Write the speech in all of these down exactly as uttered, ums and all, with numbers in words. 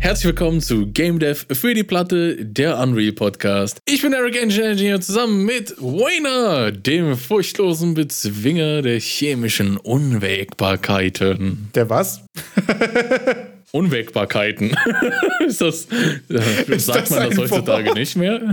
Herzlich willkommen zu Game Dev für die Platte, der Unreal Podcast. Ich bin Eric Engineer zusammen mit Wayner, dem furchtlosen Bezwinger der chemischen Unwägbarkeiten. Der was? Unwägbarkeiten. ist das, äh, ist sagt das man das heutzutage Wort? Nicht mehr?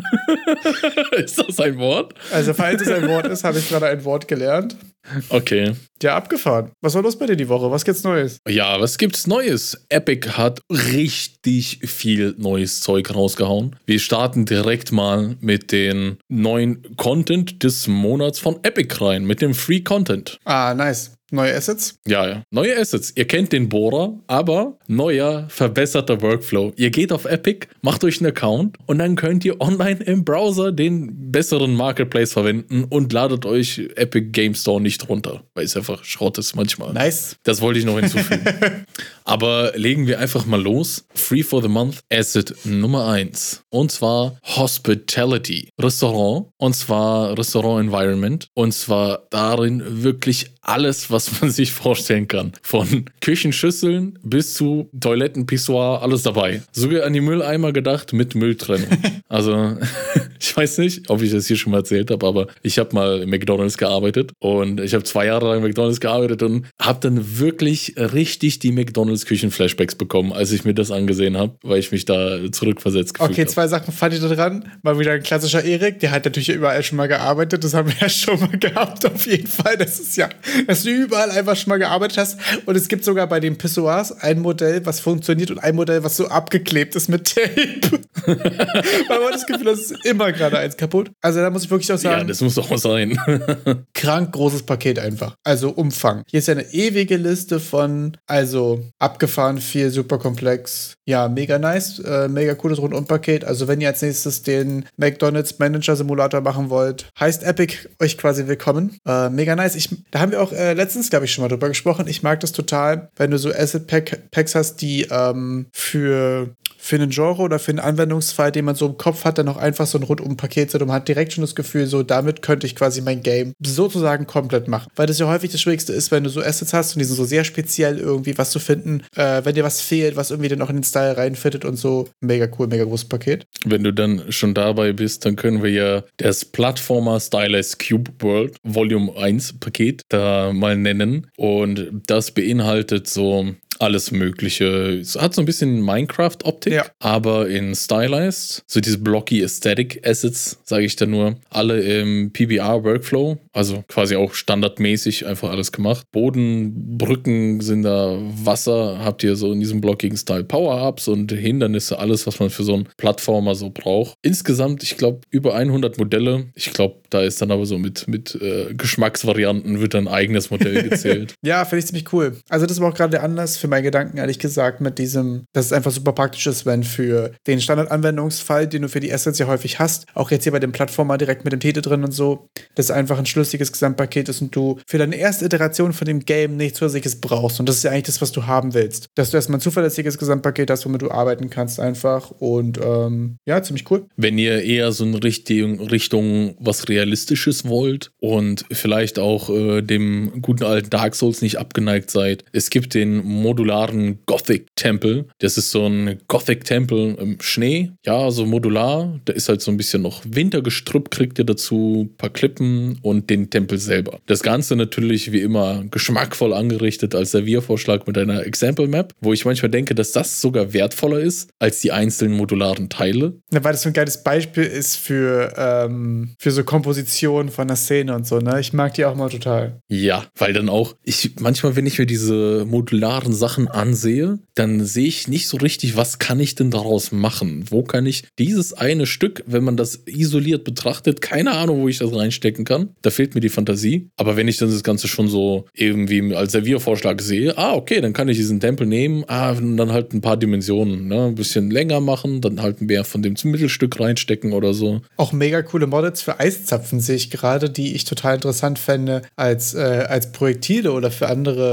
Ist das ein Wort? Also, falls es ein Wort ist, habe ich gerade ein Wort gelernt. Okay. Ja, abgefahren. Was war los bei dir die Woche? Was gibt's Neues? Ja, was gibt's Neues? Epic hat richtig viel neues Zeug rausgehauen. Wir starten direkt mal mit den neuen Content des Monats von Epic rein, mit dem Free Content. Ah, nice. Neue Assets? Ja, ja. Neue Assets. Ihr kennt den Bohrer, aber neuer, verbesserter Workflow. Ihr geht auf Epic, macht euch einen Account und dann könnt ihr online im Browser den besseren Marketplace verwenden und ladet euch Epic Game Store nicht runter, weil es einfach Schrott ist manchmal. Nice. Das wollte ich noch hinzufügen. Aber legen wir einfach mal los. Free for the Month Asset Nummer eins. Und zwar Hospitality. Restaurant. Und zwar Restaurant Environment. Und zwar darin wirklich alles, was man sich vorstellen kann. Von Küchenschüsseln bis zu Toiletten, Pissoir, alles dabei. Sogar an die Mülleimer gedacht mit Mülltrennung. Also, ich weiß nicht, ob ich das hier schon mal erzählt habe, aber ich habe mal im McDonald's gearbeitet und ich habe zwei Jahre lang im McDonald's gearbeitet und habe dann wirklich richtig die McDonald's-Küchen-Flashbacks bekommen, als ich mir das angesehen habe, weil ich mich da zurückversetzt gefühlt habe. Okay, zwei Sachen fand ich da dran. Mal wieder ein klassischer Erik, der hat natürlich überall schon mal gearbeitet. Das haben wir ja schon mal gehabt, auf jeden Fall. Das ist ja, dass du überall einfach schon mal gearbeitet hast. Und es gibt sogar bei den Pissoirs ein Modell, was funktioniert und ein Modell, was so abgeklebt ist mit Tape. Weil man das Gefühl, das ist immer gerade eins kaputt. Also da muss ich wirklich auch sagen, ja, das muss auch sein. krank großes Paket einfach. Also Umfang. Hier ist ja eine ewige Liste von, also abgefahren, viel, super komplex. Ja, mega nice, äh, mega cooles Rundumpaket. Also wenn ihr als nächstes den McDonald's Manager Simulator machen wollt, heißt Epic euch quasi willkommen. Äh, mega nice. Ich, da haben wir auch äh, letztens, glaube ich, schon mal drüber gesprochen. Ich mag das total, wenn du so Asset-Packs hast, die ähm, für für einen Genre oder für einen Anwendungsfall, den man so im Kopf hat, dann auch einfach so ein Rundum-Paket sind und man hat direkt schon das Gefühl, so damit könnte ich quasi mein Game sozusagen komplett machen. Weil das ja häufig das Schwierigste ist, wenn du so Assets hast und die sind so sehr speziell irgendwie was zu finden, äh, wenn dir was fehlt, was irgendwie dann auch in den Style reinfittet und so. Mega cool, mega großes Paket. Wenn du dann schon dabei bist, dann können wir ja das Plattformer Stylus Cube World Volume eins Paket da mal nennen und das beinhaltet so alles Mögliche. Es hat so ein bisschen Minecraft-Optik, ja, aber in Stylized, so diese blocky Aesthetic Assets, sage ich da nur, alle im P B R-Workflow, also quasi auch standardmäßig einfach alles gemacht. Boden, Brücken sind da, Wasser habt ihr so in diesem blockigen Style, Power-Ups und Hindernisse, alles, was man für so einen Plattformer so braucht. Insgesamt, ich glaube, über hundert Modelle. Ich glaube, da ist dann aber so mit, mit äh, Geschmacksvarianten wird dann ein eigenes Modell gezählt. Ja, finde ich ziemlich cool. Also das war auch gerade der Anlass für meinen Gedanken, ehrlich gesagt, mit diesem, dass es einfach super praktisch ist, wenn für den Standardanwendungsfall, den du für die Assets ja häufig hast, auch jetzt hier bei dem Plattformer direkt mit dem Titel drin und so, dass einfach ein schlüssiges Gesamtpaket ist und du für deine erste Iteration von dem Game nichts Zusätzliches brauchst. Und das ist ja eigentlich das, was du haben willst. Dass du erstmal ein zuverlässiges Gesamtpaket hast, womit du arbeiten kannst einfach. Und ähm, ja, ziemlich cool. Wenn ihr eher so in Richtung, Richtung was Realistisches wollt und vielleicht auch äh, dem guten alten Dark Souls nicht abgeneigt seid, es gibt den modularen Gothic-Tempel. Das ist so ein Gothic-Tempel im Schnee. Ja, so modular. Da ist halt so ein bisschen noch Wintergestrüpp, kriegt ihr dazu, ein paar Klippen und den Tempel selber. Das Ganze natürlich wie immer geschmackvoll angerichtet als Serviervorschlag mit einer Example-Map, wo ich manchmal denke, dass das sogar wertvoller ist als die einzelnen modularen Teile. Ja, weil das so ein geiles Beispiel ist für, ähm, für so Komposition von der Szene und so, ne? Ich mag die auch mal total. Ja, weil dann auch, ich manchmal, wenn ich mir diese modularen Sachen ansehe, dann sehe ich nicht so richtig, was kann ich denn daraus machen? Wo kann ich dieses eine Stück, wenn man das isoliert betrachtet, keine Ahnung, wo ich das reinstecken kann. Da fehlt mir die Fantasie. Aber wenn ich dann das Ganze schon so irgendwie als Serviervorschlag sehe, ah, okay, dann kann ich diesen Tempel nehmen, ah, und dann halt ein paar Dimensionen, ne, ein bisschen länger machen, dann halt mehr von dem zum Mittelstück reinstecken oder so. Auch mega coole Models für Eiszapfen sehe ich gerade, die ich total interessant fände als, äh, als Projektile oder für andere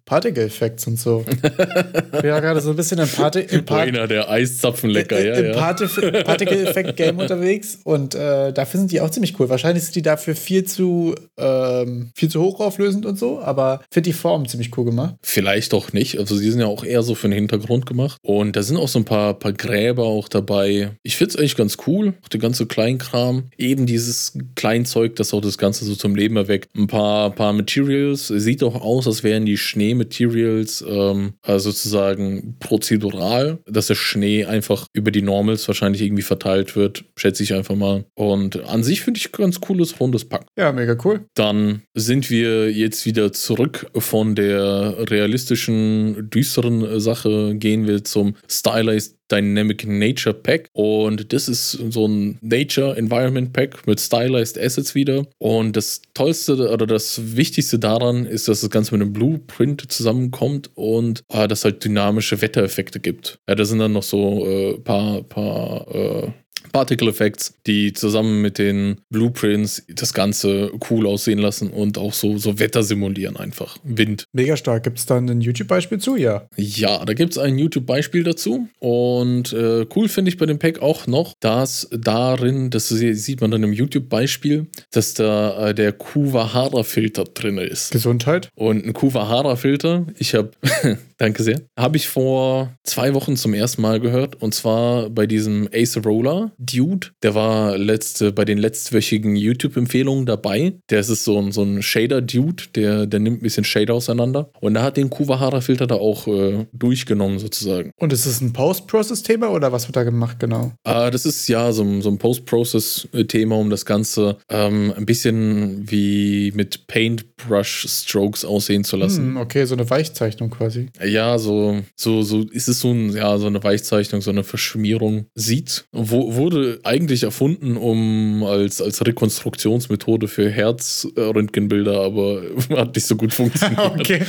Particle Effects und so. Ich bin ja gerade so ein bisschen im, Parti im, Part Einer der Eiszapfenlecker, ja, im ja. Parti Particle Effect Game unterwegs und äh, dafür sind die auch ziemlich cool. Wahrscheinlich sind die dafür viel zu, ähm, viel zu hochauflösend und so, aber finde die Form ziemlich cool gemacht. Vielleicht auch nicht. Also die sind ja auch eher so für den Hintergrund gemacht. Und da sind auch so ein paar, paar Gräber auch dabei. Ich finde es eigentlich ganz cool. Auch der ganze Kleinkram. Eben dieses Kleinzeug, das auch das Ganze so zum Leben erweckt. Ein paar, paar Materials. Sieht auch aus, als wären die Schneematerials ähm, also sozusagen prozedural, dass der Schnee einfach über die Normals wahrscheinlich irgendwie verteilt wird. Schätze ich einfach mal. Und an sich finde ich ganz cooles, rundes Pack. Ja, mega cool. Dann sind wir jetzt wieder zurück von der realistischen, düsteren Sache, gehen wir zum Stylized Dynamic Nature Pack und das ist so ein Nature Environment Pack mit Stylized Assets wieder und das Tollste oder das Wichtigste daran ist, dass das Ganze mit einem Blueprint zusammenkommt und äh, das halt dynamische Wettereffekte gibt. Ja, da sind dann noch so ein äh, paar, paar äh, Particle Effects, die zusammen mit den Blueprints das Ganze cool aussehen lassen und auch so, so Wetter simulieren einfach. Wind. Mega stark. Gibt es da ein YouTube-Beispiel zu? Ja. Ja, da gibt es ein YouTube-Beispiel dazu und äh, cool finde ich bei dem Pack auch noch, dass darin, das sieht man dann im YouTube-Beispiel, dass da äh, der Kuwahara-Filter drin ist. Gesundheit. Und ein Kuwahara-Filter, ich habe, danke sehr, habe ich vor zwei Wochen zum ersten Mal gehört und zwar bei diesem Acerola Dude, der war letzte, bei den letztwöchigen YouTube-Empfehlungen dabei. Der ist so ein, so ein Shader-Dude, der, der nimmt ein bisschen Shader auseinander. Und er hat den Kuwahara-Filter da auch äh, durchgenommen sozusagen. Und ist es ein Post-Process-Thema oder was wird da gemacht genau? Äh, das ist ja so, so ein Post-Process-Thema, um das Ganze ähm, ein bisschen wie mit Paintbrush-Strokes aussehen zu lassen. Hm, okay, so eine Weichzeichnung quasi. Ja, so, so, so ist es so, ein, ja, so eine Weichzeichnung, so eine Verschmierung sieht. Wo, wurde eigentlich erfunden, um als, als Rekonstruktionsmethode für Herzröntgenbilder, aber hat nicht so gut funktioniert. Okay.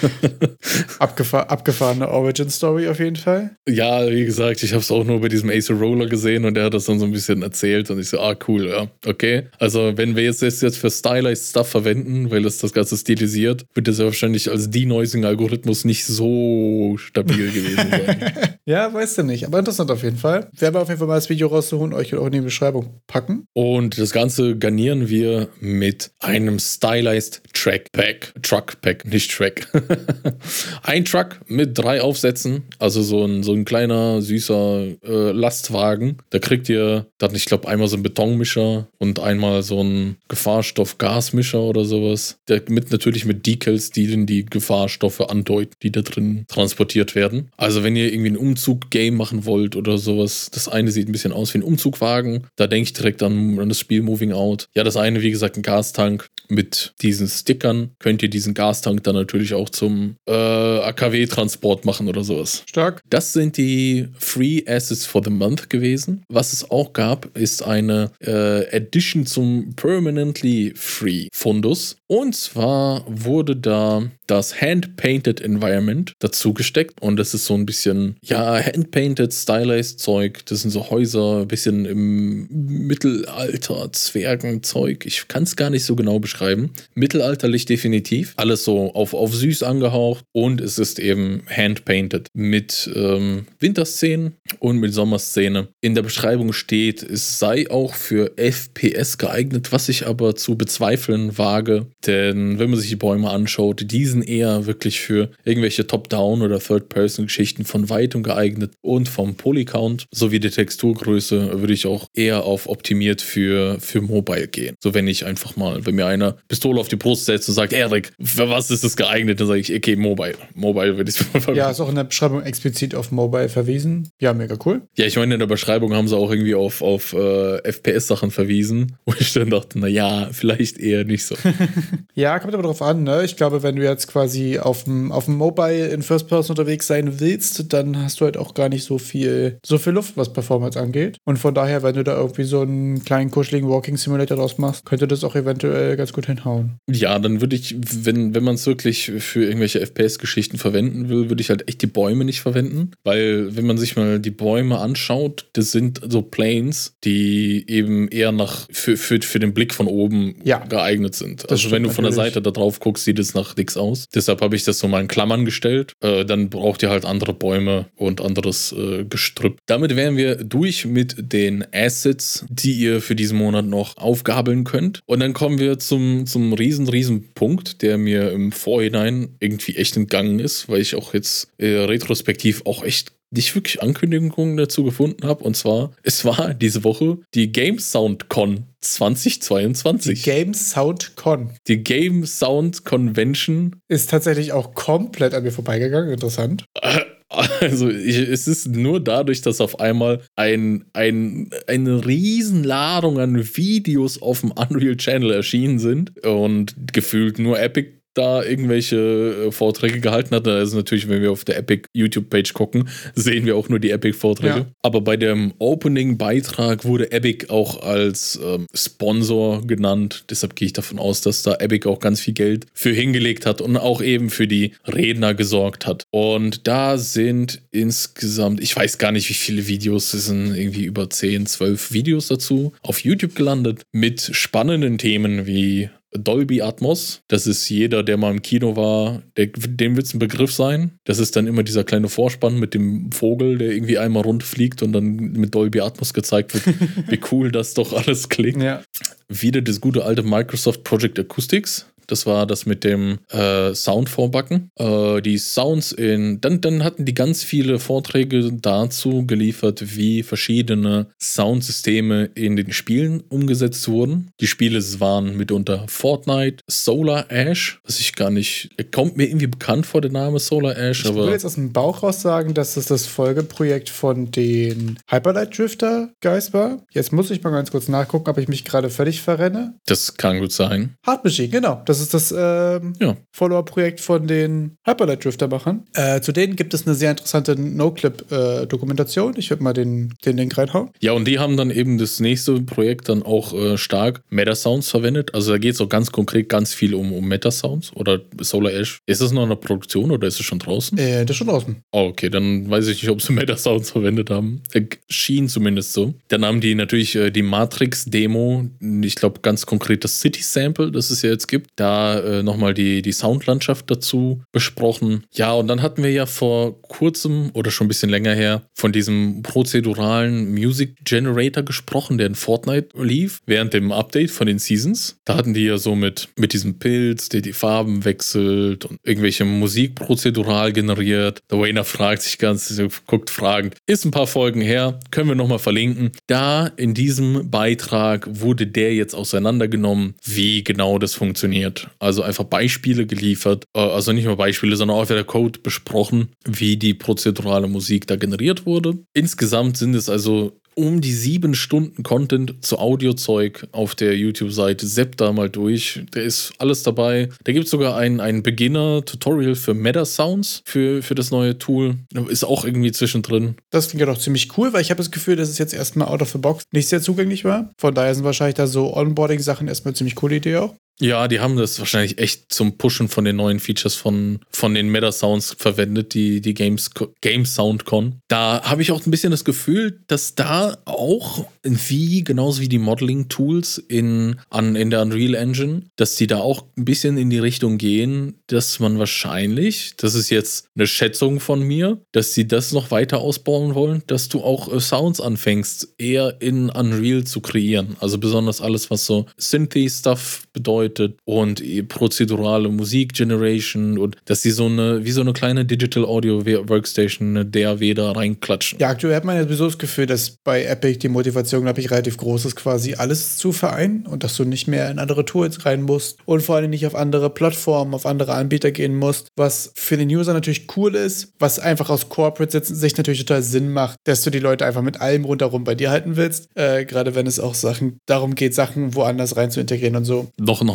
Abgefahr abgefahrene Origin-Story auf jeden Fall. Ja, wie gesagt, ich habe es auch nur bei diesem Acerola gesehen und der hat das dann so ein bisschen erzählt und ich so, ah, cool, ja, okay. Also wenn wir jetzt das jetzt für Stylized Stuff verwenden, weil es das Ganze stilisiert, wird das ja wahrscheinlich als Denoising-Algorithmus nicht so stabil gewesen sein. Ja, weißt du nicht, aber interessant auf jeden Fall. Wir werden auf jeden Fall mal das Video raussuchen, euch auch in die Beschreibung packen. Und das Ganze garnieren wir mit einem Stylized Track Pack. Truck Pack, nicht Track. Ein Truck mit drei Aufsätzen, also so ein, so ein kleiner, süßer äh, Lastwagen. Da kriegt ihr dann, ich glaube, einmal so einen Betonmischer und einmal so einen Gefahrstoff-Gasmischer oder sowas. Der mit natürlich mit Decals, die dann die Gefahrstoffe andeuten, die da drin transportiert werden. Also wenn ihr irgendwie ein Umzug-Game machen wollt oder sowas, das eine sieht ein bisschen aus wie ein Umzugwagen. Da denke ich direkt an, an das Spiel Moving Out. Ja, das eine, wie gesagt, ein Gastank mit diesen Stickern. Könnt ihr diesen Gastank dann natürlich auch zum äh, A K W-Transport machen oder sowas. Stark. Das sind die Free Assets for the Month gewesen. Was es auch gab, ist eine äh, Addition zum Permanently Free Fundus. Und zwar wurde da das Hand-Painted Environment dazu gesteckt. Und das ist so ein bisschen, ja, Hand-Painted, Stylized Zeug. Das sind so Häuser, ein bisschen im Mittelalter, Zwergenzeug. Ich kann es gar nicht so genau beschreiben. Mittelalterlich definitiv. Alles so auf, auf süß angehaucht. Und es ist eben Hand-Painted mit ähm, Winterszenen und mit Sommerszene. In der Beschreibung steht, es sei auch für F P S geeignet, was ich aber zu bezweifeln wage. Denn wenn man sich die Bäume anschaut, die sind eher wirklich für irgendwelche Top-Down- oder Third-Person-Geschichten von weitem geeignet und vom Polycount sowie der Texturgröße würde ich auch eher auf optimiert für, für Mobile gehen. So wenn ich einfach mal, wenn mir einer Pistole auf die Brust setzt und sagt, Erik, für was ist das geeignet? Dann sage ich, okay, Mobile. Mobile würde ich verwenden. Ja, ist auch in der Beschreibung explizit auf Mobile verwiesen. Ja, mega cool. Ja, ich meine, in der Beschreibung haben sie auch irgendwie auf, auf äh, F P S-Sachen verwiesen, wo ich dann dachte, naja, vielleicht eher nicht so. Ja, kommt aber drauf an, ne? Ich glaube, wenn du jetzt quasi auf dem auf dem Mobile in First Person unterwegs sein willst, dann hast du halt auch gar nicht so viel so viel Luft, was Performance angeht. Und von daher, wenn du da irgendwie so einen kleinen kuscheligen Walking Simulator draus machst, könnte das auch eventuell ganz gut hinhauen. Ja, dann würde ich, wenn, wenn man es wirklich für irgendwelche F P S-Geschichten verwenden will, würde ich halt echt die Bäume nicht verwenden. Weil, wenn man sich mal die Bäume anschaut, das sind so Planes, die eben eher nach für, für, für den Blick von oben ja. geeignet sind. Also wenn du von natürlich. der Seite da drauf guckst, sieht es nach nix aus. Deshalb habe ich das so mal in Klammern gestellt. Äh, dann braucht ihr halt andere Bäume und anderes äh, Gestrüpp. Damit wären wir durch mit den Assets, die ihr für diesen Monat noch aufgabeln könnt. Und dann kommen wir zum, zum riesen, riesen Punkt, der mir im Vorhinein irgendwie echt entgangen ist, weil ich auch jetzt äh, retrospektiv auch echt nicht wirklich Ankündigungen dazu gefunden habe. Und zwar, es war diese Woche die Game Sound Con zwanzig zweiundzwanzig. Die Game Sound Con. Die Game Sound Convention. Ist tatsächlich auch komplett an mir vorbeigegangen. Interessant. Also ich, es ist nur dadurch, dass auf einmal ein, ein, eine Riesenladung an Videos auf dem Unreal Channel erschienen sind und gefühlt nur Epic da irgendwelche Vorträge gehalten hat. Also natürlich, wenn wir auf der Epic YouTube-Page gucken, sehen wir auch nur die Epic-Vorträge. Ja. Aber bei dem Opening-Beitrag wurde Epic auch als ähm, Sponsor genannt. Deshalb gehe ich davon aus, dass da Epic auch ganz viel Geld für hingelegt hat und auch eben für die Redner gesorgt hat. Und da sind insgesamt, ich weiß gar nicht, wie viele Videos, es sind irgendwie über zehn, zwölf Videos dazu auf YouTube gelandet mit spannenden Themen wie Dolby Atmos. Das ist jeder, der mal im Kino war, der, dem wird es ein Begriff sein. Das ist dann immer dieser kleine Vorspann mit dem Vogel, der irgendwie einmal rund fliegt und dann mit Dolby Atmos gezeigt wird, wie cool das doch alles klingt. Ja. Wieder das gute alte Microsoft Project Acoustics. Das war das mit dem äh, Sound vorbacken. Äh, die Sounds in. Dann, dann hatten die ganz viele Vorträge dazu geliefert, wie verschiedene Soundsysteme in den Spielen umgesetzt wurden. Die Spiele waren mitunter Fortnite, Solar Ash, was ich gar nicht. Kommt mir irgendwie bekannt vor, der Name Solar Ash. Ich aber will jetzt aus dem Bauch raus sagen, dass das das Folgeprojekt von den Hyperlight Drifter Guys war. Jetzt muss ich mal ganz kurz nachgucken, ob ich mich gerade völlig verrenne. Das kann gut sein. Hard Machine, genau. Das ist das ähm, ja. Follower-Projekt von den Hyperlight Drifter-Machern. Äh, zu denen gibt es eine sehr interessante No-Clip-Dokumentation. Äh, ich würde mal den, den Link reinhauen. Ja, und die haben dann eben das nächste Projekt dann auch äh, stark Meta-Sounds verwendet. Also da geht es auch ganz konkret ganz viel um, um Meta-Sounds oder Solar Ash. Ist das noch in der Produktion oder ist es schon draußen? Äh, das ist schon draußen. Oh, okay, dann weiß ich nicht, ob sie Meta-Sounds verwendet haben. Äh, schien zumindest so. Dann haben die natürlich äh, die Matrix-Demo, ich glaube ganz konkret das City-Sample, das es ja jetzt gibt, da äh, nochmal die, die Soundlandschaft dazu besprochen. Ja, und dann hatten wir ja vor kurzem oder schon ein bisschen länger her von diesem prozeduralen Music Generator gesprochen, der in Fortnite lief, während dem Update von den Seasons. Da hatten die ja so mit, mit diesem Pilz, der die Farben wechselt und irgendwelche Musik prozedural generiert. Der Wayner fragt sich ganz, guckt fragend, ist ein paar Folgen her, können wir nochmal verlinken. Da in diesem Beitrag wurde der jetzt auseinandergenommen, wie genau das funktioniert. Also einfach Beispiele geliefert, also nicht nur Beispiele, sondern auch der Code besprochen, wie die prozedurale Musik da generiert wurde. Insgesamt sind es also um die sieben Stunden Content zu Audiozeug auf der YouTube-Seite. Sepp da mal durch. Da ist alles dabei. Da gibt es sogar ein, ein Beginner-Tutorial für Meta-Sounds für, für das neue Tool. Ist auch irgendwie zwischendrin. Das klingt ja doch ziemlich cool, weil ich habe das Gefühl, dass es jetzt erstmal out of the box nicht sehr zugänglich war. Von daher sind wahrscheinlich da so Onboarding-Sachen erstmal eine ziemlich coole Idee auch. Ja, die haben das wahrscheinlich echt zum Pushen von den neuen Features von, von den Meta-Sounds verwendet, die, die Games, Game Sound Con. Da habe ich auch ein bisschen das Gefühl, dass da auch, wie genauso wie die Modeling-Tools in, an, in der Unreal Engine, dass die da auch ein bisschen in die Richtung gehen, dass man wahrscheinlich, das ist jetzt eine Schätzung von mir, dass sie das noch weiter ausbauen wollen, dass du auch äh, Sounds anfängst, eher in Unreal zu kreieren. Also besonders alles, was so Synthy-Stuff bedeutet, und prozedurale Musik-Generation und dass sie so eine, wie so eine kleine Digital Audio Workstation, eine D A W da reinklatschen. Ja, aktuell hat man ja sowieso das Gefühl, dass bei Epic die Motivation, glaube ich, relativ groß ist, quasi alles zu vereinen und dass du nicht mehr in andere Tools rein musst und vor allem nicht auf andere Plattformen, auf andere Anbieter gehen musst, was für den User natürlich cool ist, was einfach aus Corporate-Sicht natürlich total Sinn macht, dass du die Leute einfach mit allem rundherum bei dir halten willst, äh, gerade wenn es auch Sachen darum geht, Sachen woanders rein zu integrieren und so. Noch ein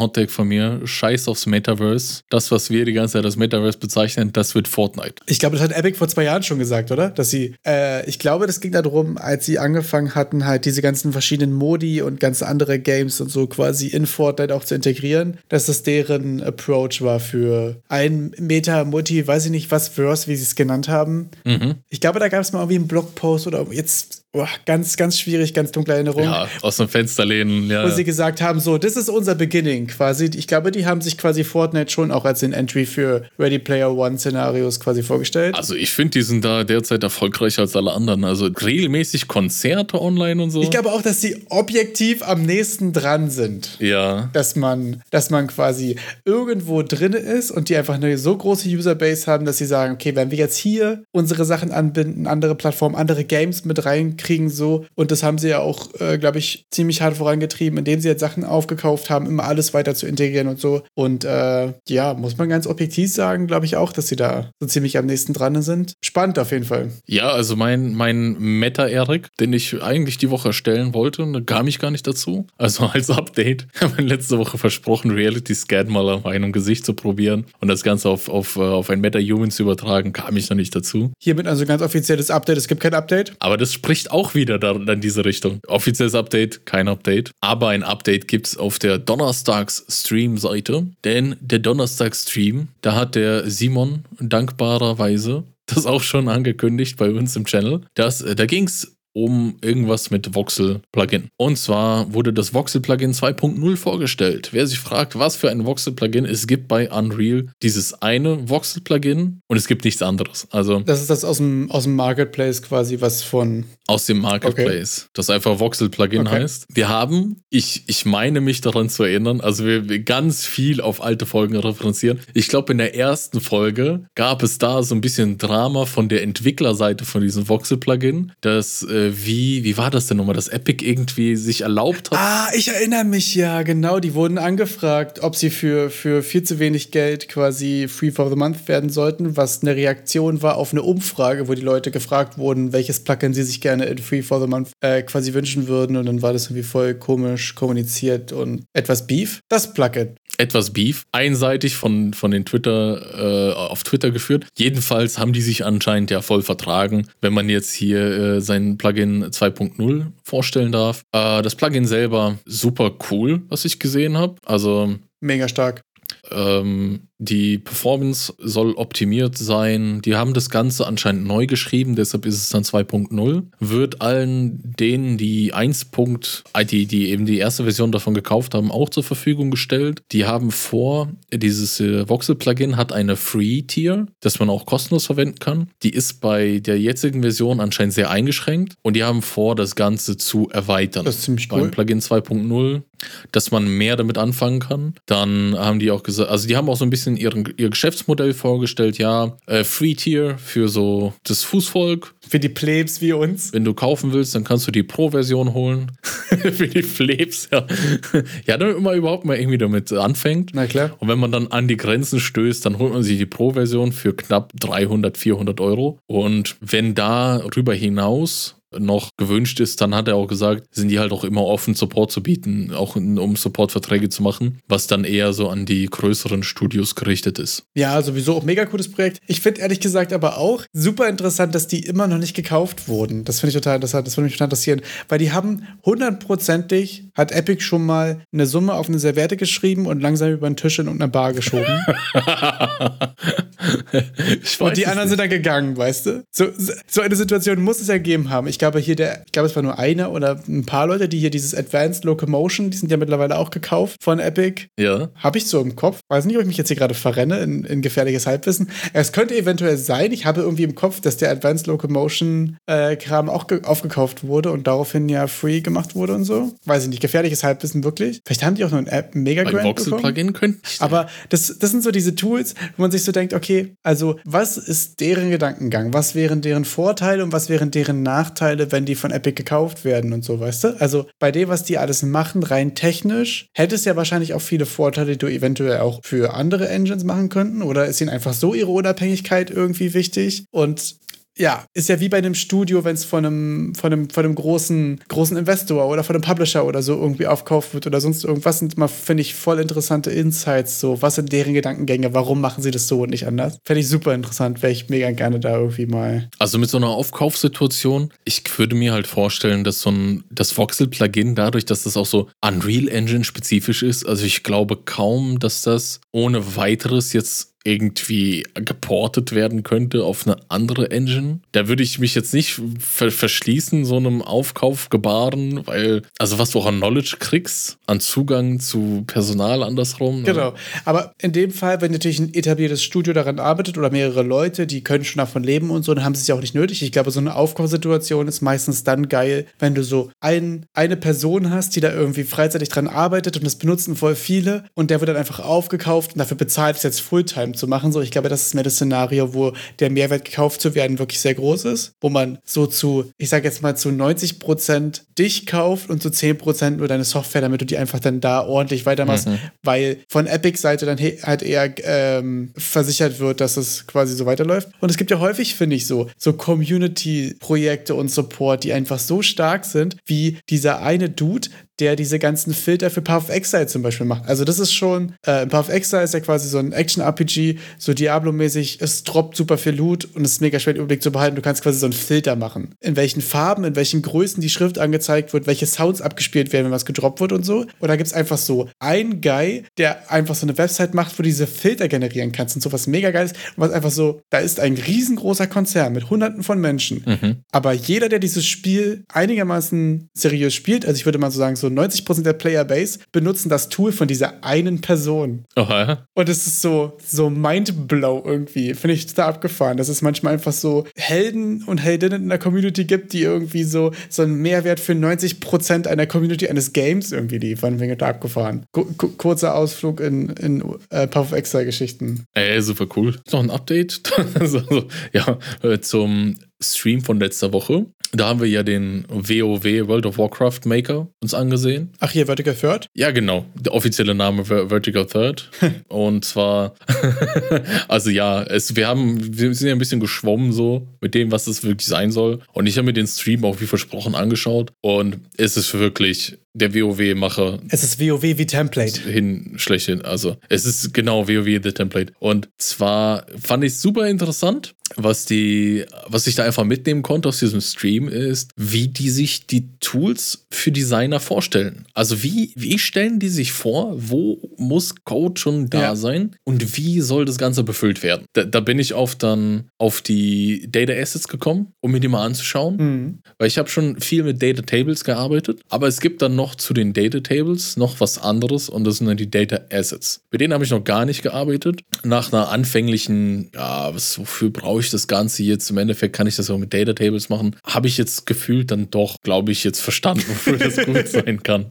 Hottake von mir. Scheiß aufs Metaverse. Das, was wir die ganze Zeit als Metaverse bezeichnen, das wird Fortnite. Ich glaube, das hat Epic vor zwei Jahren schon gesagt, oder? Dass sie, äh, ich glaube, das ging darum, als sie angefangen hatten, halt diese ganzen verschiedenen Modi und ganz andere Games und so quasi in Fortnite auch zu integrieren, dass das deren Approach war für ein Meta-Multi, weiß ich nicht, was Verse, wie sie es genannt haben. Mhm. Ich glaube, da gab es mal irgendwie einen Blogpost oder jetzt oh, ganz, ganz schwierig, ganz dunkle Erinnerung. Ja, aus dem Fenster lehnen, ja. Wo sie gesagt haben, so, das ist unser Beginning quasi. Ich glaube, die haben sich quasi Fortnite schon auch als den Entry für Ready Player One-Szenarios quasi vorgestellt. Also ich finde, die sind da derzeit erfolgreicher als alle anderen. Also regelmäßig Konzerte online und so. Ich glaube auch, dass sie objektiv am nächsten dran sind. Ja. Dass man, dass man quasi irgendwo drin ist und die einfach eine so große Userbase haben, dass sie sagen, okay, wenn wir jetzt hier unsere Sachen anbinden, andere Plattformen, andere Games mit reinkriegen, so, und das haben sie ja auch, äh, glaube ich, ziemlich hart vorangetrieben, indem sie jetzt Sachen aufgekauft haben, immer alles weiter zu integrieren und so. Und äh, ja, muss man ganz objektiv sagen, glaube ich auch, dass sie da so ziemlich am nächsten dran sind. Spannend auf jeden Fall. Ja, also mein, mein Meta-Eric, den ich eigentlich die Woche erstellen wollte, da kam ich gar nicht dazu. Also als Update habe ich letzte Woche versprochen, Reality-Scan mal auf einem Gesicht zu probieren und das Ganze auf, auf, auf ein Meta-Human zu übertragen, kam ich noch nicht dazu. Hiermit also ganz offizielles Update, es gibt kein Update. Aber das spricht auch wieder da, in diese Richtung. Offizielles Update, kein Update. Aber ein Update gibt es auf der Donnerstags-Stream-Seite. Denn der Donnerstags-Stream, da hat der Simon dankbarerweise das auch schon angekündigt bei uns im Channel. Das, da ging es um irgendwas mit Voxel-Plugin. Und zwar wurde das Voxel-Plugin zwei Punkt null vorgestellt. Wer sich fragt, was für ein Voxel-Plugin, es gibt bei Unreal dieses eine Voxel-Plugin und es gibt nichts anderes. Also das ist das aus dem, aus dem Marketplace quasi, was von... Aus dem Marketplace, okay. Das einfach Voxel-Plugin okay. heißt. Wir haben, ich, ich meine mich daran zu erinnern, also wir, wir ganz viel auf alte Folgen referenzieren. Ich glaube, in der ersten Folge gab es da so ein bisschen Drama von der Entwicklerseite von diesem Voxel-Plugin, dass äh, wie, wie war das denn nochmal, dass Epic irgendwie sich erlaubt hat? Ah, ich erinnere mich ja, genau, die wurden angefragt, ob sie für, für viel zu wenig Geld quasi Free for the Month werden sollten, was eine Reaktion war auf eine Umfrage, wo die Leute gefragt wurden, welches Plugin sie sich gerne in Free for the Month äh, quasi wünschen würden, und dann war das irgendwie voll komisch kommuniziert und etwas Beef. Das Plugin. Etwas Beef, einseitig von, von den Twitter, äh, auf Twitter geführt. Jedenfalls haben die sich anscheinend ja voll vertragen, wenn man jetzt hier äh, sein Plugin zwei Punkt null vorstellen darf. Äh, das Plugin selber super cool, was ich gesehen habe. Also mega stark. Ähm, die Performance soll optimiert sein. Die haben das Ganze anscheinend neu geschrieben, deshalb ist es dann zwei Punkt null. Wird allen denen, die eins. Die, die eben die erste Version davon gekauft haben, auch zur Verfügung gestellt. Die haben vor, dieses äh, Voxel-Plugin hat eine Free-Tier, das man auch kostenlos verwenden kann. Die ist bei der jetzigen Version anscheinend sehr eingeschränkt und die haben vor, das Ganze zu erweitern. Das ist ziemlich cool. Beim Plugin zwei Punkt null, dass man mehr damit anfangen kann. Dann haben die auch gesagt, also die haben auch so ein bisschen ihren, ihr Geschäftsmodell vorgestellt, ja, äh, Free-Tier für so das Fußvolk. Für die Plebs wie uns. Wenn du kaufen willst, dann kannst du die Pro-Version holen. Für die Plebs, ja. Ja, damit man überhaupt mal irgendwie damit anfängt. Na klar. Und wenn man dann an die Grenzen stößt, dann holt man sich die Pro-Version für knapp dreihundert, vierhundert Euro. Und wenn darüber hinaus noch gewünscht ist, dann hat er auch gesagt, sind die halt auch immer offen, Support zu bieten, auch um Supportverträge zu machen, was dann eher so an die größeren Studios gerichtet ist. Ja, sowieso auch mega cooles Projekt. Ich finde ehrlich gesagt aber auch super interessant, dass die immer noch nicht gekauft wurden. Das finde ich total interessant, das würde mich total interessieren, weil die haben hundertprozentig, hat Epic schon mal eine Summe auf eine Serviette geschrieben und langsam über den Tisch in irgendeiner Bar geschoben. Und die anderen nicht. Sind dann gegangen, weißt du? So, so eine Situation muss es ja gegeben haben. Ich glaube, hier der, ich glaube, es war nur einer oder ein paar Leute, die hier dieses Advanced Locomotion, die sind ja mittlerweile auch gekauft von Epic. Ja. Habe ich so im Kopf. Weiß nicht, ob ich mich jetzt hier gerade verrenne in, in gefährliches Halbwissen. Es könnte eventuell sein, ich habe irgendwie im Kopf, dass der Advanced Locomotion äh, Kram auch ge- aufgekauft wurde und daraufhin ja free gemacht wurde und so. Weiß ich nicht, gefährliches Halbwissen wirklich. Vielleicht haben die auch noch ein App Mega Grant bekommen. Voxel-Plugin könnte. Aber das, das sind so diese Tools, wo man sich so denkt, okay, also was ist deren Gedankengang? Was wären deren Vorteile und was wären deren Nachteile, wenn die von Epic gekauft werden und so, weißt du? Also bei dem, was die alles machen, rein technisch, hätte es ja wahrscheinlich auch viele Vorteile, die du eventuell auch für andere Engines machen könnten, oder ist ihnen einfach so ihre Unabhängigkeit irgendwie wichtig? Und ja, ist ja wie bei einem Studio, wenn es von einem, von einem, von einem großen, großen Investor oder von einem Publisher oder so irgendwie aufkauft wird oder sonst irgendwas, sind immer, finde ich, voll interessante Insights, so, was sind deren Gedankengänge, warum machen sie das so und nicht anders. Fände ich super interessant, wäre ich mega gerne da irgendwie mal. Also mit so einer Aufkaufssituation, ich würde mir halt vorstellen, dass so ein, das Voxel-Plugin, dadurch, dass das auch so Unreal Engine spezifisch ist, also ich glaube kaum, dass das ohne weiteres jetzt irgendwie geportet werden könnte auf eine andere Engine. Da würde ich mich jetzt nicht ver- verschließen, so einem Aufkaufgebaren, weil, also was du auch an Knowledge kriegst, an Zugang zu Personal andersrum. Genau, ne? Aber in dem Fall, wenn natürlich ein etabliertes Studio daran arbeitet oder mehrere Leute, die können schon davon leben und so, dann haben sie es ja auch nicht nötig. Ich glaube, so eine Aufkaufsituation ist meistens dann geil, wenn du so ein, eine Person hast, die da irgendwie freizeitig dran arbeitet und das benutzen voll viele und der wird dann einfach aufgekauft und dafür bezahlt es jetzt Fulltime zu machen. So, ich glaube, das ist mehr das Szenario, wo der Mehrwert gekauft zu werden wirklich sehr groß ist, wo man so zu, ich sage jetzt mal zu neunzig Prozent dich kauft und zu zehn Prozent nur deine Software, damit du die einfach dann da ordentlich weitermachst, mhm. weil von Epic-Seite dann he- halt eher ähm, versichert wird, dass es quasi so weiterläuft. Und es gibt ja häufig, finde ich, so, so Community-Projekte und Support, die einfach so stark sind, wie dieser eine Dude, der diese ganzen Filter für Path of Exile zum Beispiel macht. Also das ist schon, äh, Path of Exile ist ja quasi so ein Action-R P G, so Diablo-mäßig, es droppt super viel Loot und es ist mega schwer, den Überblick zu behalten. Du kannst quasi so einen Filter machen. In welchen Farben, in welchen Größen die Schrift angezeigt wird, welche Sounds abgespielt werden, wenn was gedroppt wird und so. Und da gibt es einfach so einen Guy, der einfach so eine Website macht, wo du diese Filter generieren kannst und so was mega Geiles. Und was einfach so, da ist ein riesengroßer Konzern mit hunderten von Menschen. Mhm. Aber jeder, der dieses Spiel einigermaßen seriös spielt, also ich würde mal so sagen, so neunzig Prozent der Playerbase benutzen das Tool von dieser einen Person. Oh, ja. Und es ist so, so mindblow irgendwie. Finde ich total abgefahren, dass es manchmal einfach so Helden und Heldinnen in der Community gibt, die irgendwie so, so einen Mehrwert für neunzig Prozent einer Community eines Games irgendwie liefern. Finde ich total abgefahren. K- k- kurzer Ausflug in, in äh, Path of Exile-Geschichten. Ey, super cool. Noch ein Update? also, ja, zum Stream von letzter Woche. Da haben wir ja den WoW, World of Warcraft Maker, uns angesehen. Ach, hier, Vertical Third? Ja, genau. Der offizielle Name Ver- Vertical Third. Und zwar, also ja, es, wir haben, wir sind ja ein bisschen geschwommen so mit dem, was das wirklich sein soll. Und ich habe mir den Stream auch wie versprochen angeschaut. Und es ist wirklich der WoW-Macher. Es ist WoW wie Template. Hin, schlechthin. Also, es ist genau WoW the Template. Und zwar fand ich super interessant, was die, was ich da einfach mitnehmen konnte aus diesem Stream ist, wie die sich die Tools für Designer vorstellen. Also wie, wie stellen die sich vor, wo muss Code schon da ja. sein und wie soll das Ganze befüllt werden? Da, da bin ich auf dann auf die Data Assets gekommen, um mir die mal anzuschauen, mhm. weil ich habe schon viel mit Data Tables gearbeitet, aber es gibt dann noch zu den Data Tables noch was anderes und das sind dann die Data Assets. Mit denen habe ich noch gar nicht gearbeitet. Nach einer anfänglichen, ja, was, wofür brauche ich das Ganze jetzt? Im Endeffekt kann ich das auch mit Data Tables machen. Habe ich jetzt gefühlt dann doch, glaube ich, jetzt verstanden, wofür das gut sein kann.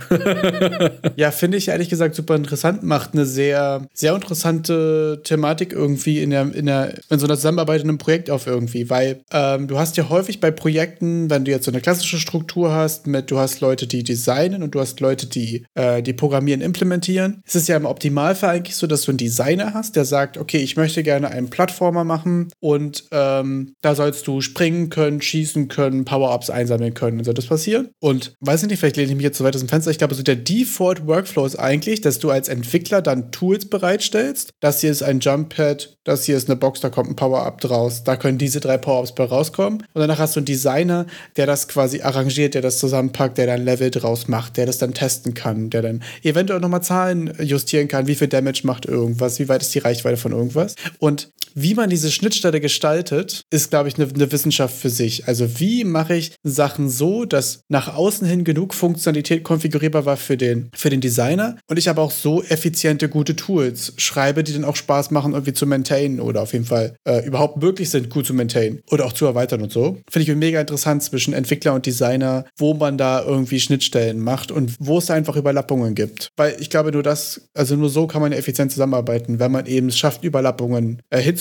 Ja, finde ich ehrlich gesagt super interessant. Macht eine sehr, sehr interessante Thematik irgendwie in, der, in, der, in so einer Zusammenarbeit in einem Projekt auf irgendwie, weil ähm, du hast ja häufig bei Projekten, wenn du jetzt so eine klassische Struktur hast, mit du hast Leute, die designen und du hast Leute, die, äh, die programmieren, implementieren. Es ist ja im Optimalfall eigentlich so, dass du einen Designer hast, der sagt, okay, ich möchte gerne einen Plattformer machen und ähm, da sollst du springen können, schießen können, Power-Ups einsammeln können. Soll das passieren? Und weiß ich nicht, vielleicht lehne ich mich jetzt so weit aus dem Fenster. Ich glaube, so der Default-Workflow ist eigentlich, dass du als Entwickler dann Tools bereitstellst. Das hier ist ein Jump-Pad, das hier ist eine Box, da kommt ein Power-Up draus. Da können diese drei Power-Ups bei rauskommen. Und danach hast du einen Designer, der das quasi arrangiert, der das zusammenpackt, der dann Level draus macht, der das dann testen kann, der dann eventuell nochmal Zahlen justieren kann, wie viel Damage macht irgendwas, wie weit ist die Reichweite von irgendwas. Und wie man diese Schnittstelle gestaltet, ist, glaube ich, eine ne Wissenschaft für sich. Also wie mache ich Sachen so, dass nach außen hin genug Funktionalität konfigurierbar war für den, für den Designer und ich aber auch so effiziente, gute Tools schreibe, die dann auch Spaß machen, irgendwie zu maintainen oder auf jeden Fall äh, überhaupt möglich sind, gut zu maintainen oder auch zu erweitern und so. Finde ich mega interessant zwischen Entwickler und Designer, wo man da irgendwie Schnittstellen macht und wo es da einfach Überlappungen gibt. Weil ich glaube, nur das, also nur so kann man ja effizient zusammenarbeiten, wenn man eben es schafft, Überlappungen äh, hinzubekommen.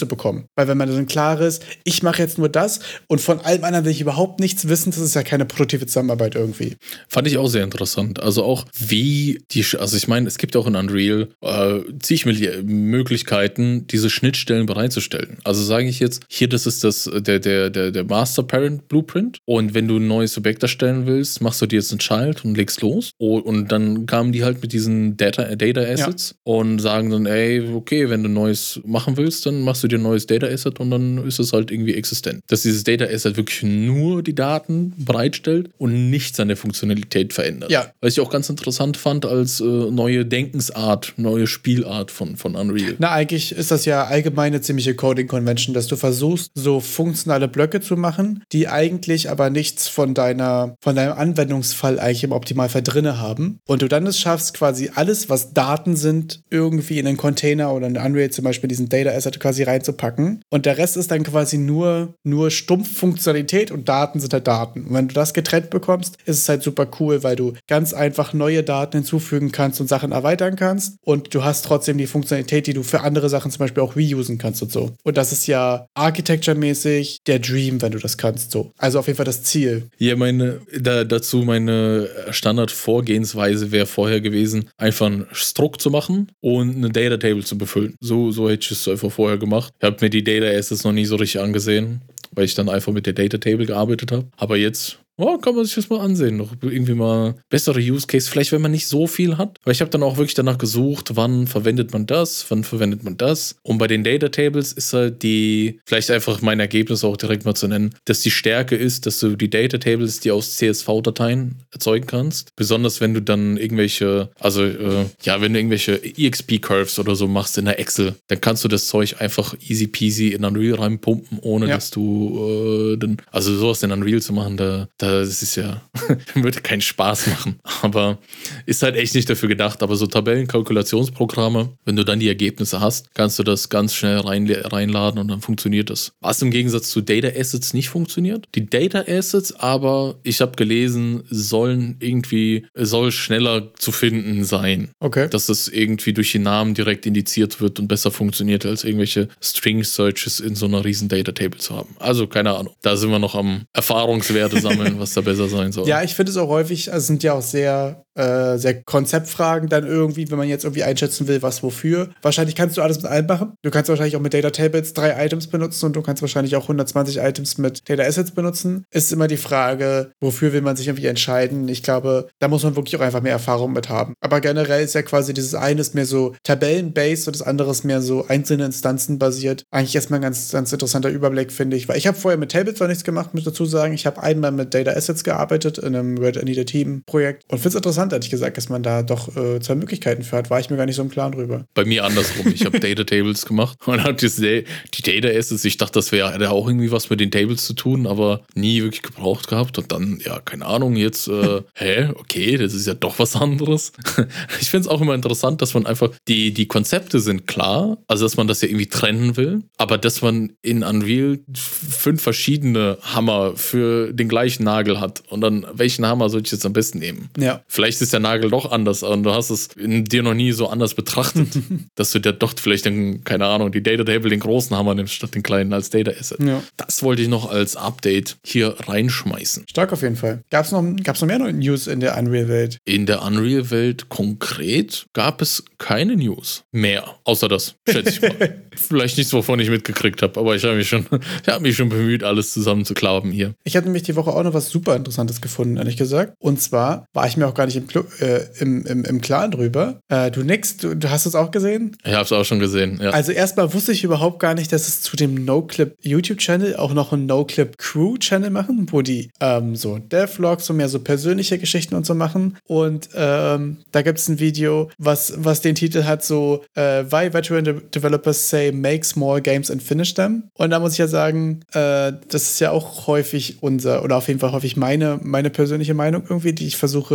bekommen. Weil wenn man so ein klares, ich mache jetzt nur das und von allem anderen will ich überhaupt nichts wissen, das ist ja keine produktive Zusammenarbeit irgendwie. Fand ich auch sehr interessant. Also auch wie die, also ich meine, es gibt auch in Unreal äh, zig Möglichkeiten, diese Schnittstellen bereitzustellen. Also sage ich jetzt, hier, das ist das, der, der, der, der Master Parent Blueprint und wenn du ein neues Objekt erstellen willst, machst du dir jetzt ein Child und legst los. Und dann kamen die halt mit diesen Data, Data Assets ja. und sagen dann, ey, okay, wenn du Neues machen willst, dann machst du dir ein neues Data Asset und dann ist es halt irgendwie existent. Dass dieses Data Asset wirklich nur die Daten bereitstellt und nicht seine Funktionalität verändert. Ja. Was ich auch ganz interessant fand als äh, neue Denkensart, neue Spielart von, von Unreal. Na, eigentlich ist das ja allgemeine ziemliche Coding-Convention, dass du versuchst, so funktionale Blöcke zu machen, die eigentlich aber nichts von deiner, von deinem Anwendungsfall eigentlich im Optimalfall drinne haben. Und du dann es schaffst, quasi alles, was Daten sind, irgendwie in einen Container oder in Unreal zum Beispiel diesen Data Asset quasi reinzupacken. Und der Rest ist dann quasi nur, nur stumpf Funktionalität und Daten sind halt Daten. Und wenn du das getrennt bekommst, ist es halt super cool, weil du ganz einfach neue Daten hinzufügen kannst und Sachen erweitern kannst. Und du hast trotzdem die Funktionalität, die du für andere Sachen zum Beispiel auch reusen kannst und so. Und das ist ja architecture-mäßig der Dream, wenn du das kannst. So. Also auf jeden Fall das Ziel. Ja, meine, da, dazu meine Standardvorgehensweise wäre vorher gewesen, einfach einen Struct zu machen und eine Data Table zu befüllen. So, so hätte ich es einfach vorher gemacht. Ich habe mir die Data Assets noch nie so richtig angesehen, weil ich dann einfach mit der Data Table gearbeitet habe. Aber jetzt oh, kann man sich das mal ansehen. Noch irgendwie mal bessere Use Case. Vielleicht, wenn man nicht so viel hat. Weil ich habe dann auch wirklich danach gesucht, wann verwendet man das, wann verwendet man das. Und bei den Data Tables ist halt die, vielleicht einfach mein Ergebnis auch direkt mal zu nennen, dass die Stärke ist, dass du die Data Tables, die aus C S V-Dateien erzeugen kannst. Besonders wenn du dann irgendwelche, also äh, ja, wenn du irgendwelche E X P-Curves oder so machst in der Excel, dann kannst du das Zeug einfach easy peasy in Unreal reinpumpen, ohne ja. dass du äh, dann, also sowas in Unreal zu machen, da, da das ist ja, würde keinen Spaß machen, aber ist halt echt nicht dafür gedacht. Aber so Tabellenkalkulationsprogramme, wenn du dann die Ergebnisse hast, kannst du das ganz schnell rein, reinladen und dann funktioniert das. Was im Gegensatz zu Data Assets nicht funktioniert. Die Data Assets aber, ich habe gelesen, sollen irgendwie, soll schneller zu finden sein. Okay. Dass das irgendwie durch die Namen direkt indiziert wird und besser funktioniert, als irgendwelche String-Searches in so einer riesen Data Table zu haben. Also keine Ahnung. Da sind wir noch am Erfahrungswerte sammeln, was da besser sein soll. Ja, ich finde es auch häufig, also sind ja auch sehr, äh, sehr Konzeptfragen dann irgendwie, wenn man jetzt irgendwie einschätzen will, was wofür. Wahrscheinlich kannst du alles mit allem machen. Du kannst wahrscheinlich auch mit Data Tables drei Items benutzen und du kannst wahrscheinlich auch hundertzwanzig Items mit Data Assets benutzen. Ist immer die Frage, wofür will man sich irgendwie entscheiden. Ich glaube, da muss man wirklich auch einfach mehr Erfahrung mit haben. Aber generell ist ja quasi dieses eine ist mehr so Tabellen-based und das andere ist mehr so einzelne Instanzen basiert. Eigentlich erstmal ein ganz, ganz interessanter Überblick, finde ich. Weil ich habe vorher mit Tables noch nichts gemacht, muss dazu sagen. Ich habe einmal mit Data Assets gearbeitet in einem Red Anita Team Projekt und finde es interessant, ehrlich gesagt, dass man da doch äh, zwei Möglichkeiten für hat. War ich mir gar nicht so im Klaren drüber. Bei mir andersrum. Ich habe Data Tables gemacht und habe die, die Data Assets, ich dachte, das wäre hätte auch irgendwie was mit den Tables zu tun, aber nie wirklich gebraucht gehabt und dann, ja, keine Ahnung, jetzt, äh, hä, okay, das ist ja doch was anderes. Ich finde es auch immer interessant, dass man einfach, die, die Konzepte sind klar, also dass man das ja irgendwie trennen will, aber dass man in Unreal fünf verschiedene Hammer für den gleichen Nagel hat und dann, welchen Hammer soll ich jetzt am besten nehmen? Ja. Vielleicht ist der Nagel doch anders und du hast es in dir noch nie so anders betrachtet, dass du dir doch vielleicht dann, keine Ahnung, die Data Table den großen Hammer nimmst statt den kleinen als Data Asset. Ja. Das wollte ich noch als Update hier reinschmeißen. Stark auf jeden Fall. Gab es noch, gab's noch mehr News in der Unreal-Welt? In der Unreal-Welt konkret gab es keine News mehr, außer das, schätze ich mal. Vielleicht nichts, wovon ich mitgekriegt habe, aber ich habe mich schon, ich habe mich schon bemüht, alles zusammenzuklappen hier. Ich habe nämlich die Woche auch noch was super Interessantes gefunden, ehrlich gesagt. Und zwar war ich mir auch gar nicht im, äh, im, im, im Klaren drüber. Äh, du nix, du, du hast es auch gesehen? Ich habe es auch schon gesehen, ja. Also erstmal wusste ich überhaupt gar nicht, dass es zu dem No-Clip YouTube-Channel auch noch einen No-Clip Crew-Channel machen, wo die ähm, so Devlogs und mehr so persönliche Geschichten und so machen. Und ähm, da gibt es ein Video, was, was den Titel hat so äh, Why Veteran De- Developers Say Make Small Games and Finish Them. Und da muss ich ja sagen, äh, das ist ja auch häufig unser, oder auf jeden Fall häufig meine, meine persönliche Meinung irgendwie, die ich versuche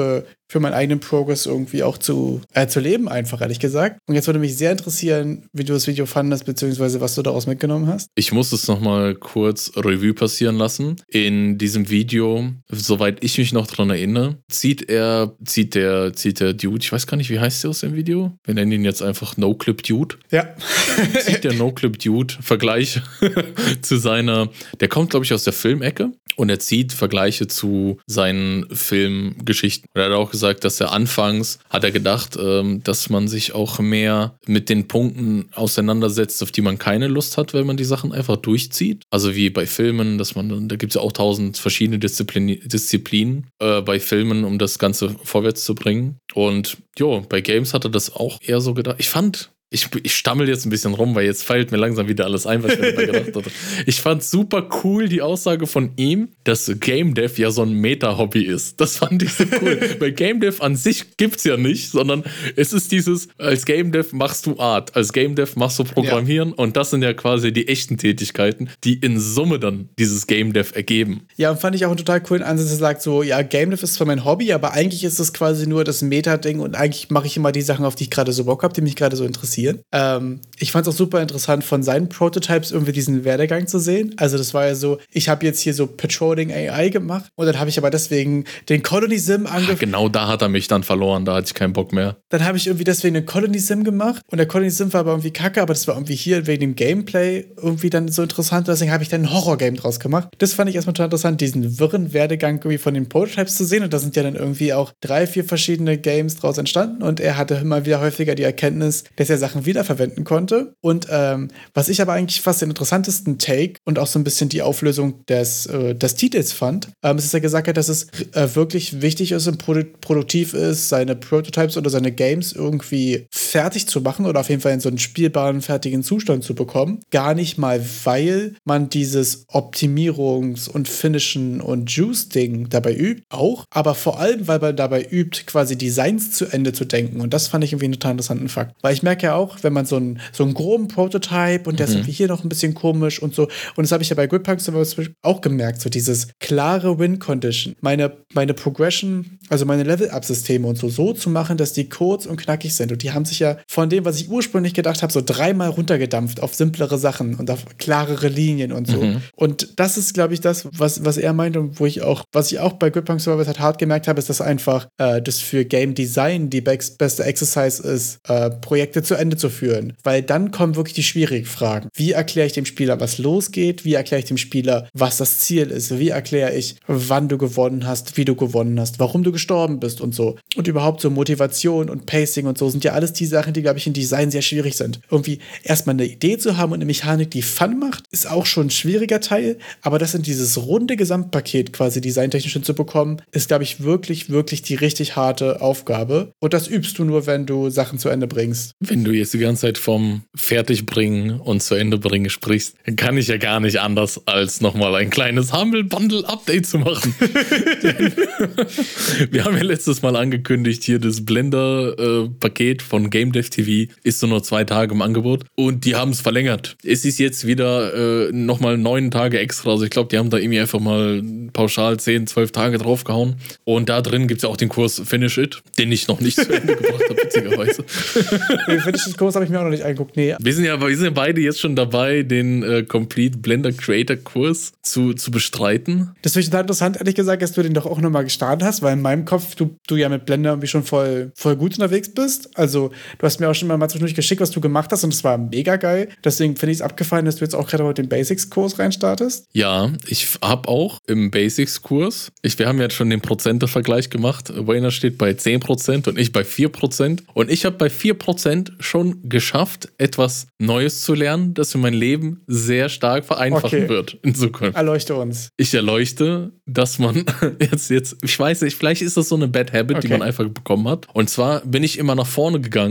für meinen eigenen Progress irgendwie auch zu, äh, zu leben, einfach, ehrlich gesagt. Und jetzt würde mich sehr interessieren, wie du das Video fandest, beziehungsweise was du daraus mitgenommen hast. Ich muss es nochmal kurz Revue passieren lassen. In diesem Video, soweit ich mich noch dran erinnere, zieht er, zieht der, zieht der Dude, ich weiß gar nicht, wie heißt der aus dem Video? Wir nennen ihn jetzt einfach No-Clip Dude. Ja. Zieht der No-Clip Dude Vergleich zu seiner, der kommt, glaube ich, aus der Filmecke und er zieht Vergleiche zu seinen Filmgeschichten. Und er hat auch gesagt, dass er anfangs, hat er gedacht, ähm, dass man sich auch mehr mit den Punkten auseinandersetzt, auf die man keine Lust hat, weil man die Sachen einfach durchzieht. Also wie bei Filmen, dass man, da gibt es ja auch tausend verschiedene Disziplin, Disziplinen äh, bei Filmen, um das Ganze vorwärts zu bringen. Und jo, bei Games hat er das auch eher so gedacht. Ich fand, Ich, ich stammel jetzt ein bisschen rum, weil jetzt fällt mir langsam wieder alles ein, was ich mir dabei gedacht hatte. Ich fand super cool die Aussage von ihm, dass Game Dev ja so ein Meta-Hobby ist. Das fand ich so cool. Weil Game Dev an sich gibt's ja nicht, sondern es ist dieses, als Game Dev machst du Art, als Game Dev machst du Programmieren ja. Und das sind ja quasi die echten Tätigkeiten, die in Summe dann dieses Game Dev ergeben. Ja, und fand ich auch einen total coolen Ansatz, er sagt so, ja, Game Dev ist zwar mein Hobby, aber eigentlich ist es quasi nur das Meta-Ding und eigentlich mache ich immer die Sachen, auf die ich gerade so Bock habe, die mich gerade so interessieren. Ähm, ich fand es auch super interessant, von seinen Prototypes irgendwie diesen Werdegang zu sehen. Also das war ja so, ich habe jetzt hier so Patrolling A I gemacht und dann habe ich aber deswegen den Colony Sim angefangen. Genau da hat er mich dann verloren, da hatte ich keinen Bock mehr. Dann habe ich irgendwie deswegen den Colony Sim gemacht und der Colony Sim war aber irgendwie kacke, aber das war irgendwie hier wegen dem Gameplay irgendwie dann so interessant. Deswegen habe ich dann ein Horror-Game draus gemacht. Das fand ich erstmal total interessant, diesen wirren Werdegang irgendwie von den Prototypes zu sehen und da sind ja dann irgendwie auch drei, vier verschiedene Games draus entstanden und er hatte immer wieder häufiger die Erkenntnis, dass er Sachen wiederverwenden konnte. Und ähm, was ich aber eigentlich fast den interessantesten Take und auch so ein bisschen die Auflösung des, äh, des Titels fand, ähm, ist, dass er gesagt hat, dass es äh, wirklich wichtig ist und produ- produktiv ist, seine Prototypes oder seine Games irgendwie fertig zu machen oder auf jeden Fall in so einen spielbaren, fertigen Zustand zu bekommen. Gar nicht mal, weil man dieses Optimierungs- und Finishen- und Juice-Ding dabei übt, auch, aber vor allem, weil man dabei übt, quasi Designs zu Ende zu denken. Und das fand ich irgendwie einen total interessanten Fakt. Weil ich merke ja auch, wenn man so einen, so einen groben Prototype und der mhm. ist irgendwie hier noch ein bisschen komisch und so. Und das habe ich ja bei Gridpunks auch gemerkt, so dieses klare Win-Condition. Meine, meine Progression, also meine Level-Up-Systeme und so, so zu machen, dass die kurz und knackig sind. Und die haben sich ja von dem, was ich ursprünglich gedacht habe, so dreimal runtergedampft auf simplere Sachen und auf klarere Linien und so. Mhm. Und das ist, glaube ich, das, was, was er meint und wo ich auch, was ich auch bei Gridpunks halt hart gemerkt habe, ist, dass einfach äh, das für Game Design die be- beste Exercise ist, äh, Projekte zu Ende zu führen. Weil dann kommen wirklich die schwierigen Fragen. Wie erkläre ich dem Spieler, was losgeht? Wie erkläre ich dem Spieler, was das Ziel ist? Wie erkläre ich, wann du gewonnen hast, wie du gewonnen hast, warum du gestorben bist und so. Und überhaupt so Motivation und Pacing und so sind ja alles die Sachen, die, glaube ich, in Design sehr schwierig sind. Irgendwie erstmal eine Idee zu haben und eine Mechanik, die Fun macht, ist auch schon ein schwieriger Teil, aber das in dieses runde Gesamtpaket quasi designtechnisch hinzubekommen, ist, glaube ich, wirklich, wirklich die richtig harte Aufgabe. Und das übst du nur, wenn du Sachen zu Ende bringst. Wenn du jetzt die ganze Zeit vom Fertigbringen und zu Ende bringen sprichst, dann kann ich ja gar nicht anders, als nochmal ein kleines Humble Bundle Update zu machen. Wir haben ja letztes Mal angekündigt, hier das Blender-Paket äh, von Game Dev T V ist so nur zwei Tage im Angebot und die haben es verlängert. Es ist jetzt wieder äh, nochmal neun Tage extra, also ich glaube, die haben da irgendwie einfach mal pauschal zehn, zwölf Tage draufgehauen und da drin gibt es ja auch den Kurs Finish It, den ich noch nicht zu Ende gebracht habe, witzigerweise. Den Finish It-Kurs habe ich mir auch noch nicht angeguckt, nee. Wir sind ja, wir sind ja beide jetzt schon dabei, den äh, Complete Blender Creator Kurs zu, zu bestreiten. Das finde ich total interessant, ehrlich gesagt, dass du den doch auch nochmal gestartet hast, weil in meinem Kopf du, du ja mit Blender irgendwie schon voll, voll gut unterwegs bist. Also du hast mir auch schon mal zwischendurch geschickt, was du gemacht hast und es war mega geil. Deswegen finde ich es abgefallen, dass du jetzt auch gerade heute den Basics-Kurs reinstartest. Ja, ich habe auch im Basics-Kurs, ich, wir haben jetzt schon den Prozente-Vergleich gemacht. Wayner steht bei zehn Prozent und ich bei vier Prozent. Und ich habe bei vier Prozent schon geschafft, etwas Neues zu lernen, das für mein Leben sehr stark vereinfachen okay. wird in Zukunft. Erleuchte uns. Ich erleuchte, dass man jetzt, jetzt, ich weiß nicht, vielleicht ist das so eine Bad Habit, okay. die man einfach bekommen hat. Und zwar bin ich immer nach vorne gegangen,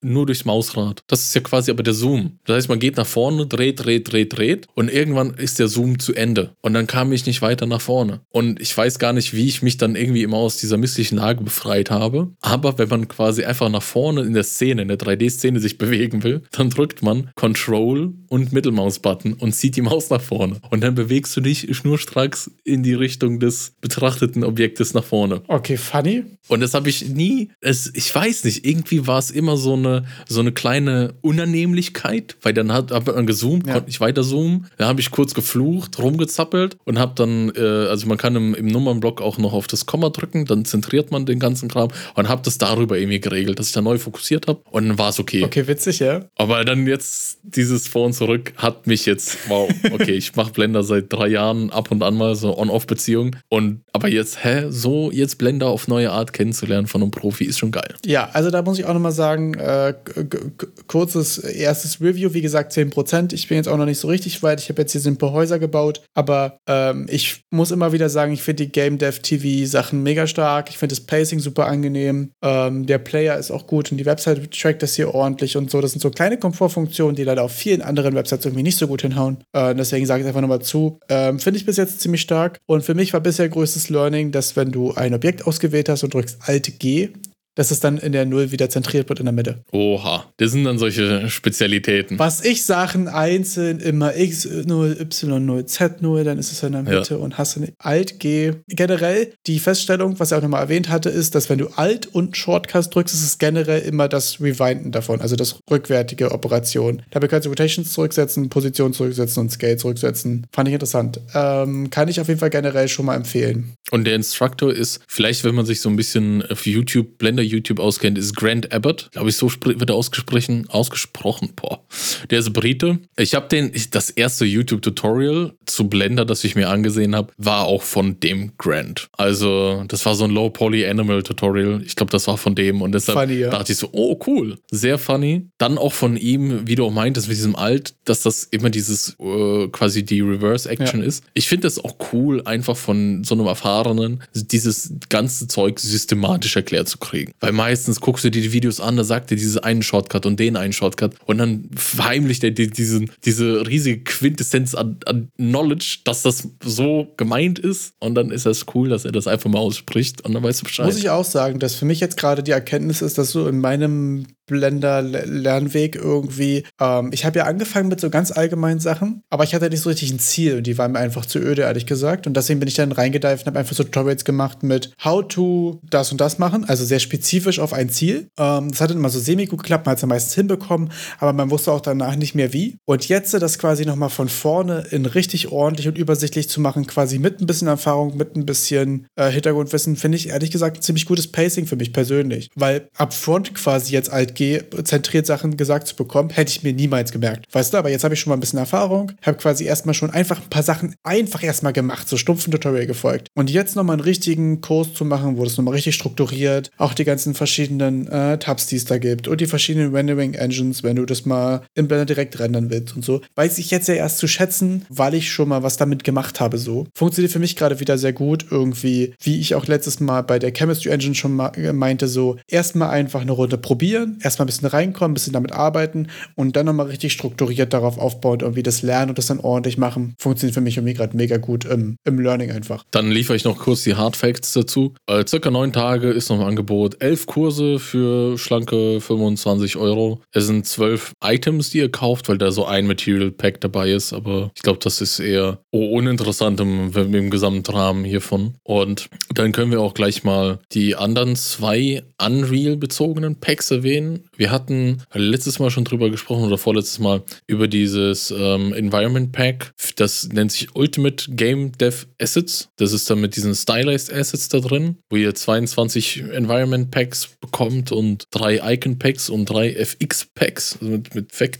nur durchs Mausrad. Das ist ja quasi aber der Zoom. Das heißt, man geht nach vorne, dreht, dreht, dreht, dreht und irgendwann ist der Zoom zu Ende. Und dann kam ich nicht weiter nach vorne. Und ich weiß gar nicht, wie ich mich dann irgendwie immer aus dieser misslichen Lage befreit habe. Aber wenn man quasi einfach nach vorne in der Szene, in der drei D-Szene sich bewegen will, dann drückt man Control und Mittelmaus-Button und zieht die Maus nach vorne. Und dann bewegst du dich schnurstracks in die Richtung des betrachteten Objektes nach vorne. Okay, funny. Und das habe ich nie, es, ich weiß nicht, irgendwie war es immer so eine, so eine kleine Unannehmlichkeit, weil dann hat, hat man gezoomt, ja. konnte nicht weiter zoomen. Dann habe ich kurz geflucht, rumgezappelt und habe dann, äh, also man kann im, im Nummernblock auch noch auf das Komma drücken, dann zentriert man den ganzen Kram und habe das darüber irgendwie geregelt, dass ich da neu fokussiert habe und dann war es okay. Okay, witzig, ja. Aber dann jetzt dieses Vor und Zurück hat mich jetzt, wow, okay, ich mache Blender seit drei Jahren ab und an mal so On-Off-Beziehung und aber jetzt, hä, so jetzt Blender auf neue Art kennenzulernen von einem Profi ist schon geil. Ja, also da muss ich auch nochmal sagen, äh, g- g- kurzes erstes Review, wie gesagt zehn Prozent. Ich bin jetzt auch noch nicht so richtig weit, ich habe jetzt hier simple Häuser gebaut, aber ähm, ich muss immer wieder sagen, ich finde die Game Dev T V Sachen mega stark, ich finde das Pacing super angenehm, ähm, der Player ist auch gut und die Website trackt das hier ordentlich und so. Das sind so kleine Komfortfunktionen, die leider auf vielen anderen Websites irgendwie nicht so gut hinhauen. Äh, deswegen sage ich einfach nochmal zu. Ähm, finde ich bis jetzt ziemlich stark und für mich war bisher größtes Learning, dass wenn du ein Objekt ausgewählt hast und drückst Alt G, dass es dann in der Null wieder zentriert wird in der Mitte. Oha, das sind dann solche Spezialitäten. Was ich Sachen einzeln immer X null, Y null, Z null, dann ist es in der Mitte ja. und hast du Alt G. Generell die Feststellung, was er auch nochmal erwähnt hatte, ist, dass wenn du Alt und Shortcut drückst, ist es generell immer das Rewinden davon, also das rückwärtige Operation. Dabei kannst du Rotations zurücksetzen, Position zurücksetzen und Scale zurücksetzen. Fand ich interessant. Ähm, kann ich auf jeden Fall generell schon mal empfehlen. Und der Instructor ist, vielleicht wenn man sich so ein bisschen auf YouTube, Blender YouTube auskennt, ist Grant Abbott. Glaube ich, so wird er ausgesprochen. Ausgesprochen. Boah. Der ist Brite. Ich habe den, das erste YouTube-Tutorial zu Blender, das ich mir angesehen habe, war auch von dem Grant. Also, das war so ein Low-Poly-Animal-Tutorial. Ich glaube, das war von dem. Und deshalb funny, ja. dachte ich so, oh, cool. Sehr funny. Dann auch von ihm, wie du auch meintest, mit diesem Alt, dass das immer dieses, äh, quasi die Reverse-Action ja. ist. Ich finde das auch cool, einfach von so einem Erfahrenen, dieses ganze Zeug systematisch erklärt zu kriegen. Weil meistens guckst du dir die Videos an, da sagt er diese einen Shortcut und den einen Shortcut und dann verheimlicht er dir diesen, diese riesige Quintessenz an, an Knowledge, dass das so gemeint ist und dann ist das cool, dass er das einfach mal ausspricht und dann weißt du Bescheid. Muss ich auch sagen, dass für mich jetzt gerade die Erkenntnis ist, dass so in meinem Blender-Lernweg irgendwie, ähm, ich habe ja angefangen mit so ganz allgemeinen Sachen, aber ich hatte nicht so richtig ein Ziel und die waren mir einfach zu öde, ehrlich gesagt. Und deswegen bin ich dann reingedived und habe einfach so Tutorials gemacht mit How to das und das machen, also sehr spezifisch auf ein Ziel. Ähm, das hat dann immer so semi-gut geklappt, man hat es ja meistens hinbekommen, aber man wusste auch danach nicht mehr wie. Und jetzt das quasi nochmal von vorne in richtig ordentlich und übersichtlich zu machen, quasi mit ein bisschen Erfahrung, mit ein bisschen äh, Hintergrundwissen, finde ich ehrlich gesagt ein ziemlich gutes Pacing für mich persönlich. Weil upfront quasi jetzt Alt G zentriert Sachen gesagt zu bekommen, hätte ich mir niemals gemerkt. Weißt du, aber jetzt habe ich schon mal ein bisschen Erfahrung, habe quasi erstmal schon einfach ein paar Sachen einfach erstmal gemacht, so stumpfen Tutorial gefolgt. Und jetzt nochmal einen richtigen Kurs zu machen, wo das nochmal richtig strukturiert, auch die ganzen verschiedenen äh, Tabs, die es da gibt und die verschiedenen Rendering-Engines, wenn du das mal im Blender direkt rendern willst und so, weiß ich jetzt ja erst zu schätzen, weil ich schon mal was damit gemacht habe, so. Funktioniert für mich gerade wieder sehr gut, irgendwie, wie ich auch letztes Mal bei der Chemistry Engine schon ma- meinte, so, erstmal einfach eine Runde probieren, erstmal ein bisschen reinkommen, ein bisschen damit arbeiten und dann nochmal richtig strukturiert darauf aufbauen, irgendwie das Lernen und das dann ordentlich machen. Funktioniert für mich irgendwie gerade mega gut im, im Learning einfach. Dann liefere ich noch kurz die Hard Facts dazu. Äh, circa neun Tage ist noch im Angebot. Elf Kurse für schlanke fünfundzwanzig Euro. Es sind zwölf Items, die ihr kauft, weil da so ein Material Pack dabei ist, aber ich glaube, das ist eher uninteressant im, im gesamten Rahmen hiervon. Und dann können wir auch gleich mal die anderen zwei Unreal-bezogenen Packs erwähnen. Wir hatten letztes Mal schon drüber gesprochen oder vorletztes Mal über dieses ähm, Environment Pack. Das nennt sich Ultimate Game Dev Assets. Das ist dann mit diesen Stylized Assets da drin, wo ihr zweiundzwanzig Environment Packs bekommt und drei Icon Packs und drei F X Packs, also mit, mit Effekten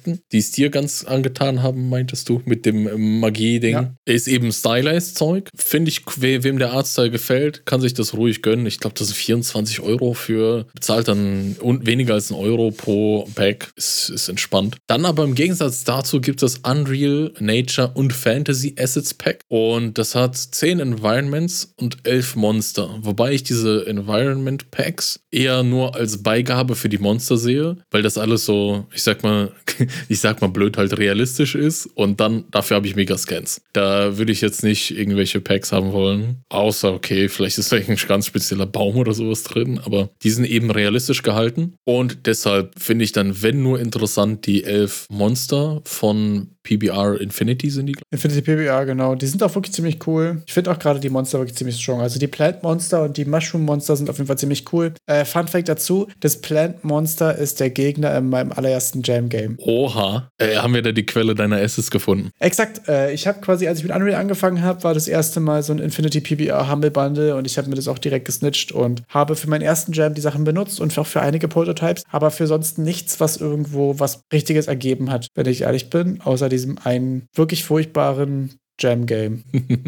Effekten, die es dir ganz angetan haben, meintest du, mit dem Magie-Ding. Ja. Ist eben Stylized-Zeug. Finde ich, we- wem der Artstyle gefällt, kann sich das ruhig gönnen. Ich glaube, das sind vierundzwanzig Euro für, bezahlt dann un- weniger als ein Euro pro Pack. Ist, ist entspannt. Dann aber im Gegensatz dazu gibt es Unreal, Nature und Fantasy Assets Pack. Und das hat zehn Environments und elf Monster. Wobei ich diese Environment Packs eher nur als Beigabe für die Monster sehe, weil das alles so, ich sag mal, ich sag mal blöd, halt realistisch ist. Und dann, dafür habe ich Megascans. Da würde ich jetzt nicht irgendwelche Packs haben wollen. Außer, okay, vielleicht ist da ein ganz spezieller Baum oder sowas drin. Aber die sind eben realistisch gehalten. Und deshalb finde ich dann, wenn nur interessant, die elf Monster von P B R Infinity sind die. Infinity P B R, genau. Die sind auch wirklich ziemlich cool. Ich finde auch gerade die Monster wirklich ziemlich strong. Also die Plant Monster und die Mushroom Monster sind auf jeden Fall ziemlich cool. Äh, Fun Fact dazu: Das Plant Monster ist der Gegner in meinem allerersten Jam Game. Oha. Äh, haben wir da die Quelle deiner Assets gefunden? Exakt. Äh, ich habe quasi, als ich mit Unreal angefangen habe, war das erste Mal so ein Infinity P B R Humble Bundle und ich habe mir das auch direkt gesnitcht und habe für meinen ersten Jam die Sachen benutzt und auch für einige Prototypes, aber für sonst nichts, was irgendwo was Richtiges ergeben hat, wenn ich ehrlich bin, außer diesem einen wirklich furchtbaren Jam-Game.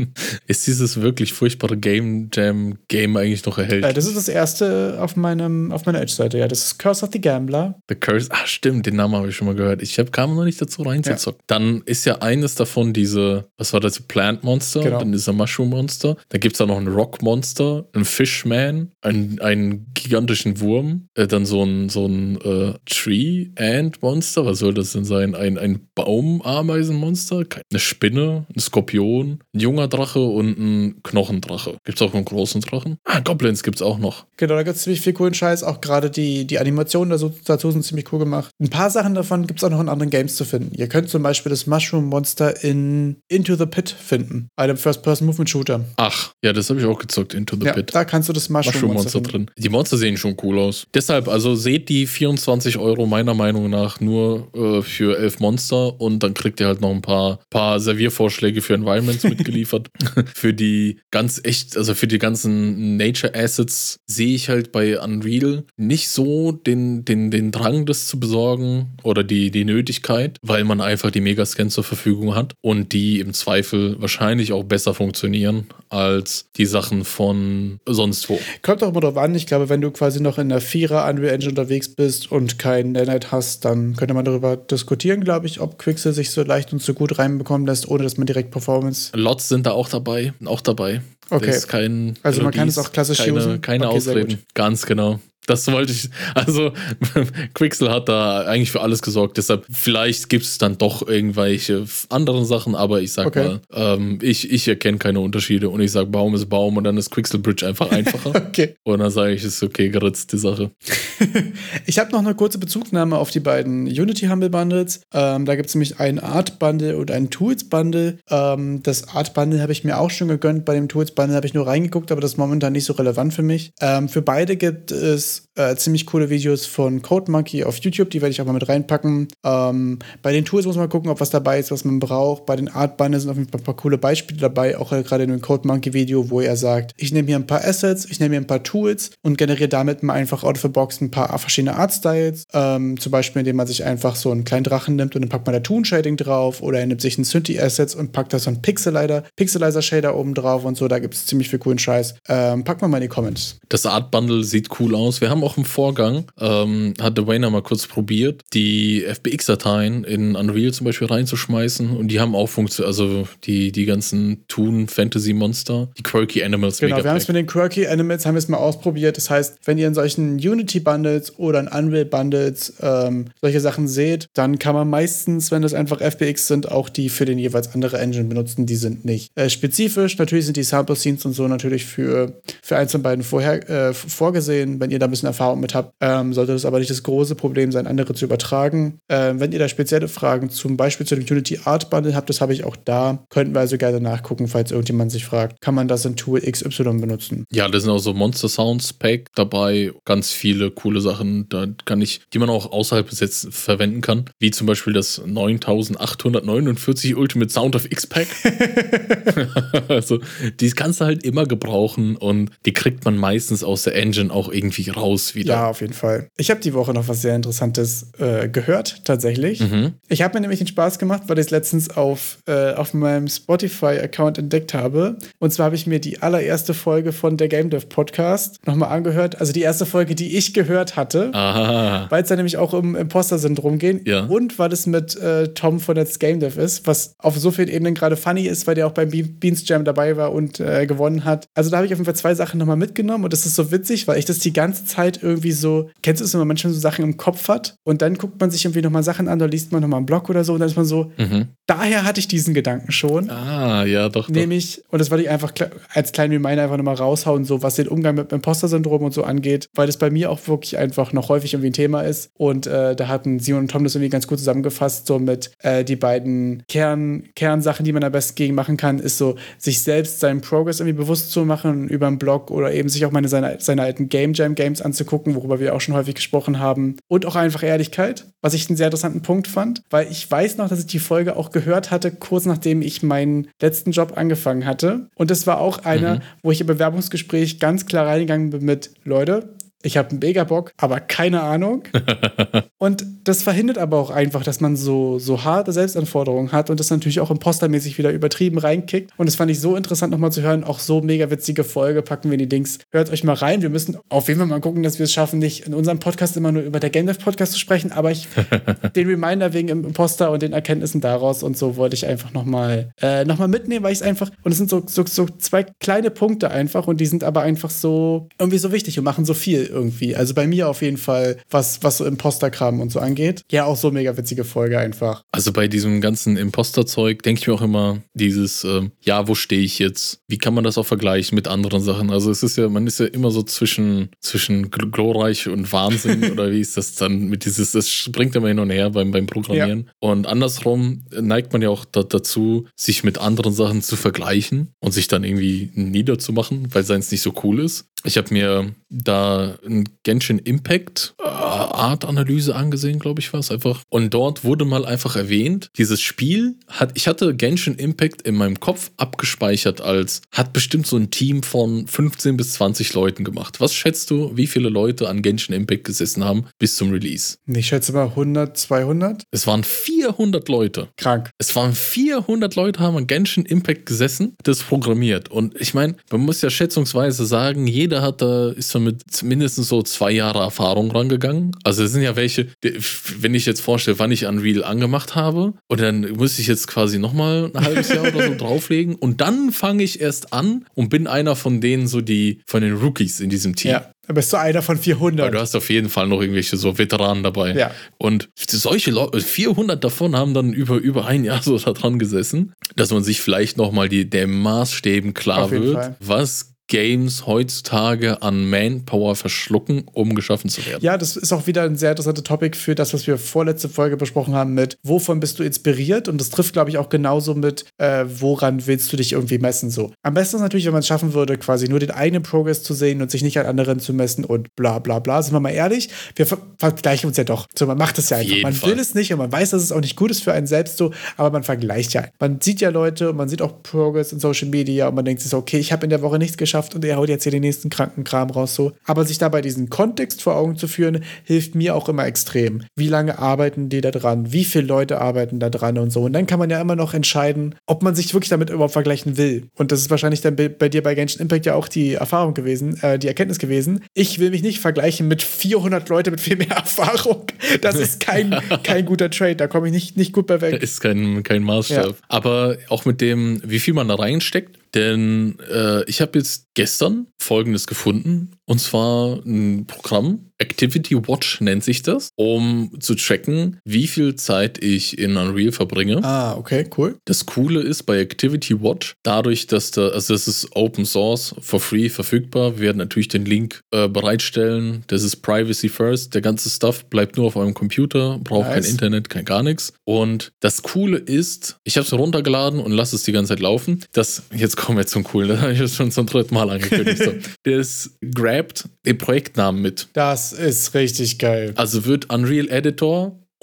Ist dieses wirklich furchtbare Game Jam Game eigentlich noch erhältlich? Äh, das ist das erste auf meinem auf meiner Edge-Seite, ja. Das ist Curse of the Gambler. The Curse, ach stimmt, den Namen habe ich schon mal gehört. Ich hab, kam noch nicht dazu reinzuzocken. Ja. Dann ist ja eines davon diese, was war das, Plant Monster, genau. Dann dieser Mushroom Monster. Da gibt es da noch ein Rock Monster, ein Fishman, einen, einen gigantischen Wurm, äh, dann so ein, so ein äh, Tree Ant Monster, was soll das denn sein? Ein, ein Baumameisen-Monster, eine Spinne, ein Skorpion, ein junger Drache und ein Knochendrache. Gibt es auch einen großen Drachen? Ah, Goblins gibt es auch noch. Genau, da gibt es ziemlich viel coolen Scheiß. Auch gerade die, die Animationen dazu, dazu sind ziemlich cool gemacht. Ein paar Sachen davon gibt es auch noch in anderen Games zu finden. Ihr könnt zum Beispiel das Mushroom Monster in Into the Pit finden, einem First-Person-Movement-Shooter. Ach, ja, das habe ich auch gezockt, Into the ja, Pit. Da kannst du das Mushroom, Mushroom Monster, Monster drin. Die Monster sehen schon cool aus. Deshalb, also seht die vierundzwanzig Euro meiner Meinung nach nur äh, für elf Monster und dann kriegt ihr halt noch ein paar, paar Serviervorschläge für Environments mitgeliefert. Für die ganz echt, also für die ganzen Nature Assets sehe ich halt bei Unreal nicht so den, den, den Drang, das zu besorgen oder die, die Nötigkeit, weil man einfach die Megascans zur Verfügung hat und die im Zweifel wahrscheinlich auch besser funktionieren als die Sachen von sonst wo. Kommt auch immer drauf an. Ich glaube, wenn du quasi noch in der Vierer Unreal Engine unterwegs bist und kein Nanite hast, dann könnte man darüber diskutieren, glaube ich, ob Quixel sich so leicht und so gut reinbekommen lässt, ohne dass man direkt Performance. Lots sind da auch dabei, auch dabei. Okay. Das ist kein also man kann es auch klassisch keine, usen. Keine okay, Ausreden. Ganz genau. Das wollte ich, also Quixel hat da eigentlich für alles gesorgt, deshalb vielleicht gibt es dann doch irgendwelche anderen Sachen, aber ich sag okay. mal, ähm, ich, ich erkenne keine Unterschiede und ich sag Baum ist Baum und dann ist Quixel Bridge einfach einfacher. Okay. Und dann sage ich, ist okay, geritzt die Sache. Ich habe noch eine kurze Bezugnahme auf die beiden Unity Humble Bundles. Ähm, da gibt es nämlich ein Art Bundle und ein Tools Bundle. Ähm, das Art Bundle habe ich mir auch schon gegönnt, bei dem Tools Bundle habe ich nur reingeguckt, aber das ist momentan nicht so relevant für mich. Ähm, für beide gibt es Äh, ziemlich coole Videos von CodeMonkey auf YouTube, die werde ich auch mal mit reinpacken. Ähm, bei den Tools muss man gucken, ob was dabei ist, was man braucht. Bei den Art Bundles sind auf jeden Fall ein paar coole Beispiele dabei, auch äh, gerade in dem CodeMonkey-Video, wo er sagt, ich nehme hier ein paar Assets, ich nehme hier ein paar Tools und generiere damit mal einfach out of the box ein paar verschiedene Art-Styles. Ähm, zum Beispiel, indem man sich einfach so einen kleinen Drachen nimmt und dann packt man da Toon-Shading drauf oder er nimmt sich einen Synthi-Assets und packt da so einen Pixelizer, Pixelizer-Shader oben drauf und so. Da gibt es ziemlich viel coolen Scheiß. Ähm, packt mal mal in die Comments. Das Art Bundle sieht cool aus. Wir haben auch im Vorgang, ähm, hat Dwayne mal kurz probiert, die F B X-Dateien in Unreal zum Beispiel reinzuschmeißen und die haben auch funktioniert, also die, die ganzen Toon-Fantasy-Monster, die Quirky Animals. Genau, wir haben es mit den Quirky Animals, haben wir es mal ausprobiert. Das heißt, wenn ihr in solchen Unity-Bundles oder in Unreal-Bundles ähm, solche Sachen seht, dann kann man meistens, wenn das einfach F B X sind, auch die für den jeweils andere Engine benutzen. Die sind nicht äh, spezifisch. Natürlich sind die Sample-Scenes und so natürlich für, für eins von beiden vorher äh, vorgesehen, wenn ihr da ein bisschen Erfahrung mit habt, ähm, sollte das aber nicht das große Problem sein, andere zu übertragen. Ähm, wenn ihr da spezielle Fragen zum Beispiel zu dem Unity Art Bundle habt, das habe ich auch da, könnten wir also gerne nachgucken, falls irgendjemand sich fragt, kann man das in Tool X Y benutzen? Ja, da sind auch so Monster Sounds Pack dabei, ganz viele coole Sachen, da kann ich, die man auch außerhalb des Sets verwenden kann, wie zum Beispiel das neuntausendachthundertneunundvierzig Ultimate Sound of X Pack. Also, die kannst du halt immer gebrauchen und die kriegt man meistens aus der Engine auch irgendwie raus wieder. Ja, auf jeden Fall. Ich habe die Woche noch was sehr Interessantes äh, gehört, tatsächlich. Mhm. Ich habe mir nämlich den Spaß gemacht, weil ich es letztens auf, äh, auf meinem Spotify-Account entdeckt habe. Und zwar habe ich mir die allererste Folge von der Game Dev Podcast nochmal angehört. Also die erste Folge, die ich gehört hatte. Aha. Weil es da nämlich auch um Imposter-Syndrom geht. Ja. Und weil es mit äh, Tom von Let's Game Dev ist, was auf so vielen Ebenen gerade funny ist, weil der auch beim Be- Beans Jam dabei war und äh, gewonnen hat. Also da habe ich auf jeden Fall zwei Sachen nochmal mitgenommen und das ist so witzig, weil ich das die ganze Zeit irgendwie so, kennst du es, wenn man manchmal so Sachen im Kopf hat und dann guckt man sich irgendwie nochmal Sachen an, da liest man nochmal einen Blog oder so und dann ist man so, mhm. daher hatte ich diesen Gedanken schon. Ah, ja, doch, doch. Nämlich, und das wollte ich einfach als kleinen Reminder einfach nochmal raushauen, so was den Umgang mit Imposter-Syndrom und so angeht, weil das bei mir auch wirklich einfach noch häufig irgendwie ein Thema ist und äh, da hatten Simon und Tom das irgendwie ganz gut zusammengefasst, so mit äh, die beiden Kern, Kernsachen, die man am besten gegen machen kann, ist so, sich selbst seinen Progress irgendwie bewusst zu machen über einen Blog oder eben sich auch meine seine, seine alten Game Jam Games anzugucken, worüber wir auch schon häufig gesprochen haben. Und auch einfach Ehrlichkeit, was ich einen sehr interessanten Punkt fand, weil ich weiß noch, dass ich die Folge auch gehört hatte, kurz nachdem ich meinen letzten Job angefangen hatte. Und das war auch einer, mhm. wo ich im Bewerbungsgespräch ganz klar reingegangen bin mit, Leute, ich habe einen mega Bock, aber keine Ahnung. Und das verhindert aber auch einfach, dass man so, so harte Selbstanforderungen hat und das natürlich auch impostermäßig wieder übertrieben reinkickt. Und das fand ich so interessant nochmal zu hören. Auch so mega witzige Folge, packen wir in die Dings. Hört euch mal rein. Wir müssen auf jeden Fall mal gucken, dass wir es schaffen, nicht in unserem Podcast immer nur über der Game Dev Podcast zu sprechen, aber ich den Reminder wegen im Imposter und den Erkenntnissen daraus und so wollte ich einfach nochmal äh, noch mal mitnehmen, weil ich es einfach, und es sind so, so, so zwei kleine Punkte einfach und die sind aber einfach so irgendwie so wichtig und machen so viel irgendwie. Also bei mir auf jeden Fall, was, was so Imposter-Kram und so angeht. Ja, auch so mega witzige Folge einfach. Also bei diesem ganzen Imposter-Zeug denke ich mir auch immer dieses, äh, ja, wo stehe ich jetzt? Wie kann man das auch vergleichen mit anderen Sachen? Also es ist ja, man ist ja immer so zwischen, zwischen glorreich und Wahnsinn oder wie ist das dann mit dieses, das springt immer hin und her beim, beim Programmieren. Ja. Und andersrum neigt man ja auch da, dazu, sich mit anderen Sachen zu vergleichen und sich dann irgendwie niederzumachen, weil seins nicht so cool ist. Ich habe mir da ein Genshin Impact äh, Art-Analyse angesehen, glaube ich, war es einfach. Und dort wurde mal einfach erwähnt, dieses Spiel hat, ich hatte Genshin Impact in meinem Kopf abgespeichert als, hat bestimmt so ein Team von fünfzehn bis zwanzig Leuten gemacht. Was schätzt du, wie viele Leute an Genshin Impact gesessen haben bis zum Release? Ich schätze mal hundert, zweihundert. Es waren vierhundert Leute. Krank. Es waren vierhundert Leute, haben an Genshin Impact gesessen, das programmiert. Und ich meine, man muss ja schätzungsweise sagen, jeder hat da, ist da mit mindestens so zwei Jahre Erfahrung rangegangen. Also es sind ja welche, wenn ich jetzt vorstelle, wann ich Unreal angemacht habe und dann muss ich jetzt quasi nochmal ein halbes Jahr oder so drauflegen und dann fange ich erst an und bin einer von denen so die, von den Rookies in diesem Team. Ja. Da bist du einer von vierhundert. Weil du hast auf jeden Fall noch irgendwelche so Veteranen dabei. Ja. Und solche Leute, vierhundert davon haben dann über, über ein Jahr so da dran gesessen, dass man sich vielleicht nochmal der Maßstäben klar wird, Fall. was Games heutzutage an Manpower verschlucken, um geschaffen zu werden. Ja, das ist auch wieder ein sehr interessantes Topic für das, was wir vorletzte Folge besprochen haben mit, wovon bist du inspiriert? Und das trifft, glaube ich, auch genauso mit, äh, woran willst du dich irgendwie messen so. Am besten ist natürlich, wenn man es schaffen würde, quasi nur den eigenen Progress zu sehen und sich nicht an anderen zu messen und bla bla bla. Sind wir mal ehrlich, wir ver- vergleichen uns ja doch. So, man macht es ja einfach. Man Fall. will es nicht und man weiß, dass es auch nicht gut ist für einen selbst so, aber man vergleicht ja. Man sieht ja Leute und man sieht auch Progress in Social Media und man denkt sich so, okay, ich habe in der Woche nichts geschafft und er haut jetzt hier den nächsten kranken Kram raus so. Aber sich dabei diesen Kontext vor Augen zu führen, hilft mir auch immer extrem. Wie lange arbeiten die da dran? Wie viele Leute arbeiten da dran und so? Und dann kann man ja immer noch entscheiden, ob man sich wirklich damit überhaupt vergleichen will. Und das ist wahrscheinlich dann bei dir bei Genshin Impact ja auch die Erfahrung gewesen, äh, die Erkenntnis gewesen. Ich will mich nicht vergleichen mit vierhundert Leute mit viel mehr Erfahrung. Das ist kein, kein guter Trade. Da komme ich nicht, nicht gut bei weg. Das ist kein, kein Maßstab. Ja. Aber auch mit dem, wie viel man da reinsteckt. Denn äh, ich habe jetzt gestern Folgendes gefunden, und zwar ein Programm, Activity Watch nennt sich das, um zu tracken, wie viel Zeit ich in Unreal verbringe. Ah, okay, cool. Das Coole ist bei Activity Watch, dadurch, dass da, also das ist Open Source, for free verfügbar, wir werden natürlich den Link äh, bereitstellen, das ist Privacy First, der ganze Stuff bleibt nur auf eurem Computer, braucht nice. kein Internet, kein gar nichts. Und das Coole ist, ich habe es runtergeladen und lasse es die ganze Zeit laufen, das, jetzt kommen wir zum Coolen, das habe ich jetzt schon zum dritten Mal angekündigt. So. Das grabt den Projektnamen mit. Das ist richtig geil. Also wird Unreal Editor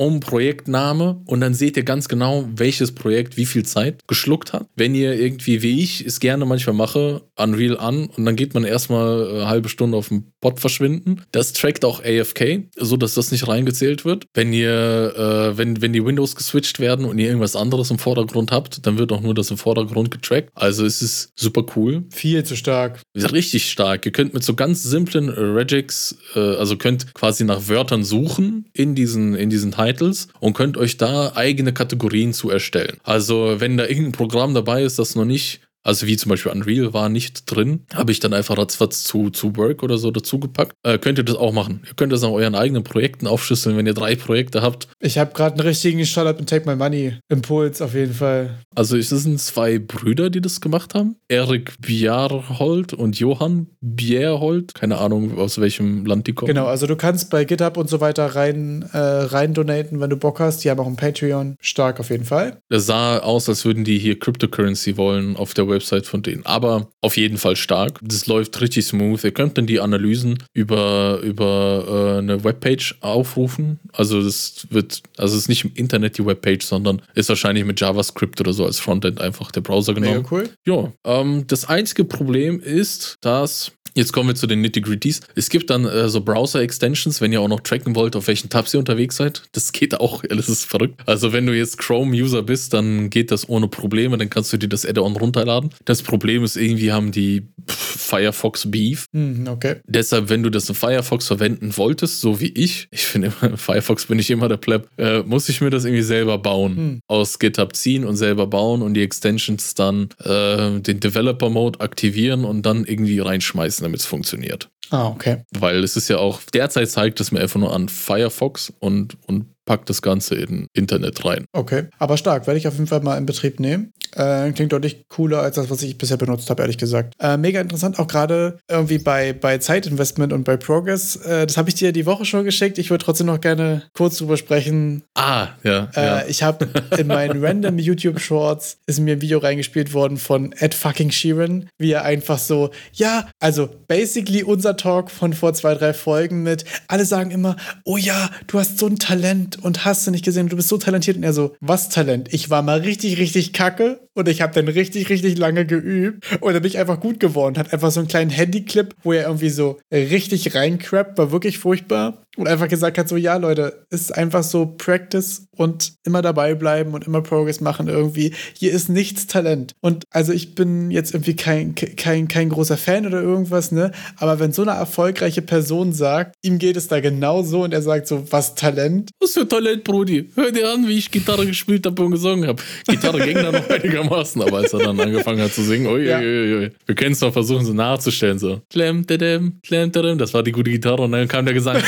um Projektname und dann seht ihr ganz genau, welches Projekt wie viel Zeit geschluckt hat. Wenn ihr irgendwie, wie ich es gerne manchmal mache, Unreal an und dann geht man erstmal eine halbe Stunde auf dem Bot verschwinden. Das trackt auch A F K, sodass das nicht reingezählt wird. Wenn ihr, äh, wenn, wenn die Windows geswitcht werden und ihr irgendwas anderes im Vordergrund habt, dann wird auch nur das im Vordergrund getrackt. Also es ist super cool. Viel zu stark. Richtig stark. Ihr könnt mit so ganz simplen Regex, äh, also könnt quasi nach Wörtern suchen in diesen, in diesen Titles und könnt euch da eigene Kategorien zu erstellen. Also wenn da irgendein Programm dabei ist, das noch nicht, also wie zum Beispiel Unreal war nicht drin, habe ich dann einfach ratzfatz zu, zu Work oder so dazugepackt. Äh, könnt ihr das auch machen. Ihr könnt das nach euren eigenen Projekten aufschlüsseln, wenn ihr drei Projekte habt. Ich habe gerade einen richtigen Shut Up and Take My Money Impuls auf jeden Fall. Also es sind zwei Brüder, die das gemacht haben. Erik Bjerholt und Johann Bjerholt. Keine Ahnung, aus welchem Land die kommen. Genau, also du kannst bei GitHub und so weiter rein, äh, rein donaten, wenn du Bock hast. Die haben auch ein Patreon. Stark auf jeden Fall. Das sah aus, als würden die hier Cryptocurrency wollen auf der Website von denen. Aber auf jeden Fall stark. Das läuft richtig smooth. Ihr könnt dann die Analysen über, über äh, eine Webpage aufrufen. Also das wird, also es ist nicht im Internet die Webpage, sondern ist wahrscheinlich mit JavaScript oder so als Frontend einfach der Browser genommen. Mega cool. Ja, ähm, das einzige Problem ist, dass jetzt kommen wir zu den Nitty-Gritties. Es gibt dann äh, so Browser-Extensions, wenn ihr auch noch tracken wollt, auf welchen Tabs ihr unterwegs seid. Das geht auch, das ist verrückt. Also wenn du jetzt Chrome-User bist, dann geht das ohne Probleme, dann kannst du dir das Add-on runterladen. Das Problem ist, irgendwie haben die Firefox Beef. Hm, okay. Deshalb, wenn du das in Firefox verwenden wolltest, so wie ich, ich finde, in Firefox bin ich immer der Pleb, äh, muss ich mir das irgendwie selber bauen. Hm. Aus GitHub ziehen und selber bauen und die Extensions dann äh, den Developer-Mode aktivieren und dann irgendwie reinschmeißen, damit es funktioniert. Ah, okay. Weil es ist ja auch, derzeit zeigt es mir einfach nur an Firefox und, und packt das Ganze in Internet rein. Okay, aber stark, werde ich auf jeden Fall mal in Betrieb nehmen. Äh, klingt deutlich cooler als das, was ich bisher benutzt habe, ehrlich gesagt. Äh, mega interessant, auch gerade irgendwie bei, bei Zeitinvestment und bei Progress. Äh, das habe ich dir die Woche schon geschickt. Ich würde trotzdem noch gerne kurz drüber sprechen. Ah, ja. Äh, ja. Ich habe in meinen random YouTube-Shorts ist mir ein Video reingespielt worden von Ed fucking Sheeran, wie er einfach so, ja, also basically unser Talk von vor zwei, drei Folgen mit, alle sagen immer, oh ja, du hast so ein Talent und hast du nicht gesehen, du bist so talentiert. Und er so, was Talent? Ich war mal richtig, richtig kacke und ich habe dann richtig, richtig lange geübt und dann bin ich einfach gut geworden. Hat einfach so einen kleinen Handyclip, wo er irgendwie so richtig reincrappt, war wirklich furchtbar. Und einfach gesagt hat, so, ja, Leute, ist einfach so Practice und immer dabei bleiben und immer Progress machen irgendwie. Hier ist nichts Talent. Und also ich bin jetzt irgendwie kein, kein, kein großer Fan oder irgendwas, ne? Aber wenn so eine erfolgreiche Person sagt, ihm geht es da genau so und er sagt so, was Talent? Was für Talent, Brudi? Hör dir an, wie ich Gitarre gespielt habe und gesungen habe. Gitarre ging da noch einigermaßen, aber als er dann angefangen hat zu singen, ui, ja. ui, ui. Wir können es noch versuchen, so nachzustellen, so. Klem, tadam, klem, tadam. Das war die gute Gitarre und dann kam der Gesang.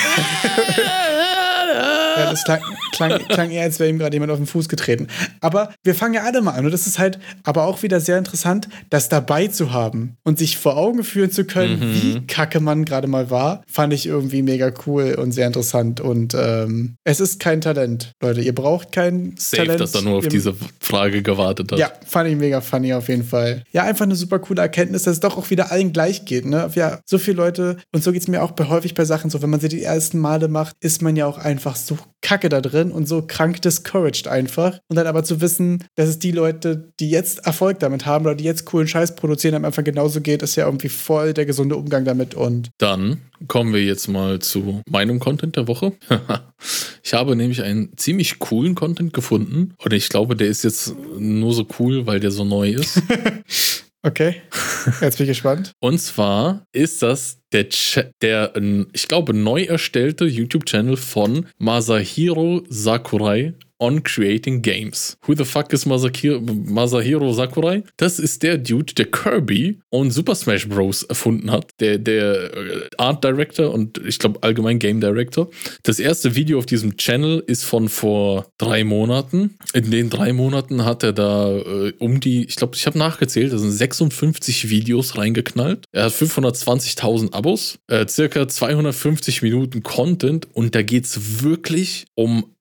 Ja, das klang, klang, klang eher, als wäre ihm gerade jemand auf den Fuß getreten. Aber wir fangen ja alle mal an. Und das ist halt aber auch wieder sehr interessant, das dabei zu haben und sich vor Augen führen zu können, mhm. wie kacke man gerade mal war, fand ich irgendwie mega cool und sehr interessant. Und ähm, es ist kein Talent, Leute. Ihr braucht kein Safe, Talent. dass er nur auf Ihr, diese Frage gewartet hat. Ja, fand ich mega funny auf jeden Fall. Ja, einfach eine super coole Erkenntnis, dass es doch auch wieder allen gleich geht. Ne? Ja, so viele Leute, und so geht es mir auch bei, häufig bei Sachen so, wenn man sie die ersten Male macht, ist man ja auch einfach so kacke da drin und so krank discouraged einfach. Und dann aber zu wissen, dass es die Leute, die jetzt Erfolg damit haben oder die jetzt coolen Scheiß produzieren, einem einfach genauso geht, ist ja irgendwie voll der gesunde Umgang damit. Und dann kommen wir jetzt mal zu meinem Content der Woche. Ich habe nämlich einen ziemlich coolen Content gefunden und ich glaube, der ist jetzt nur so cool, weil der so neu ist. Okay, jetzt bin ich gespannt. Und zwar ist das der, Ch- der ich glaube, neu erstellte YouTube-Channel von Masahiro Sakurai on Creating Games. Who the fuck is Masahiro, Masahiro Sakurai? Das ist der Dude, der Kirby und Super Smash Bros. Erfunden hat. Der, der Art Director und ich glaube allgemein Game Director. Das erste Video auf diesem Channel ist von vor drei Monaten. In den drei Monaten hat er da äh, um die, ich glaube, ich habe nachgezählt, da sind sechsundfünfzig Videos reingeknallt. Er hat fünfhundertzwanzigtausend Abos, äh, circa zweihundertfünfzig Minuten Content und da geht es wirklich um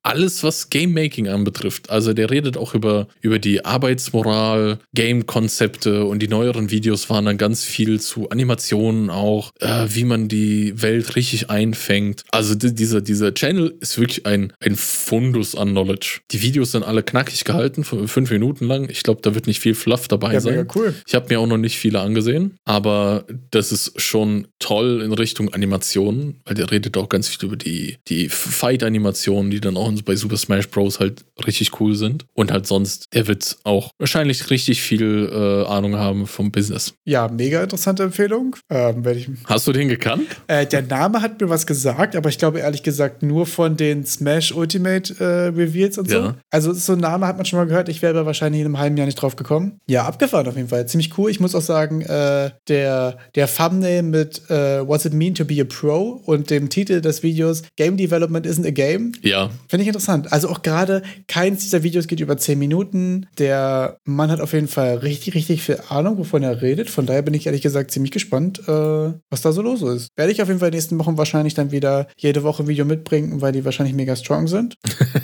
alles, was Game-Making anbetrifft. Also der redet auch über, über die Arbeitsmoral, Game-Konzepte und die neueren Videos waren dann ganz viel zu Animationen auch, äh, wie man die Welt richtig einfängt. Also die, dieser, dieser Channel ist wirklich ein, ein Fundus an Knowledge. Die Videos sind alle knackig gehalten, fünf Minuten lang. Ich glaube, da wird nicht viel Fluff dabei ja, sein. Mega cool. Ich habe mir auch noch nicht viele angesehen, aber das ist schon toll in Richtung Animationen, weil der redet auch ganz viel über die, die Fight-Animationen, die dann auch bei Super Smash Bros. Halt richtig cool sind. Und halt sonst, der wird auch wahrscheinlich richtig viel äh, Ahnung haben vom Business. Ja, mega interessante Empfehlung. Ähm, ich Hast du den gekannt? Äh, der Name hat mir was gesagt, aber ich glaube ehrlich gesagt nur von den Smash Ultimate äh, Reveals und so. Ja. Also so ein Name hat man schon mal gehört. Ich wäre wahrscheinlich in einem halben Jahr nicht drauf gekommen. Ja, abgefahren auf jeden Fall. Ziemlich cool. Ich muss auch sagen, äh, der, der Thumbnail mit äh, What's it mean to be a pro und dem Titel des Videos Game Development isn't a game. Ja. Finde ich interessant. Also auch gerade keins dieser Videos geht über zehn Minuten. Der Mann hat auf jeden Fall richtig, richtig viel Ahnung, wovon er redet. Von daher bin ich ehrlich gesagt ziemlich gespannt, äh, was da so los ist. Werde ich auf jeden Fall in den nächsten Wochen wahrscheinlich dann wieder jede Woche ein Video mitbringen, weil die wahrscheinlich mega strong sind.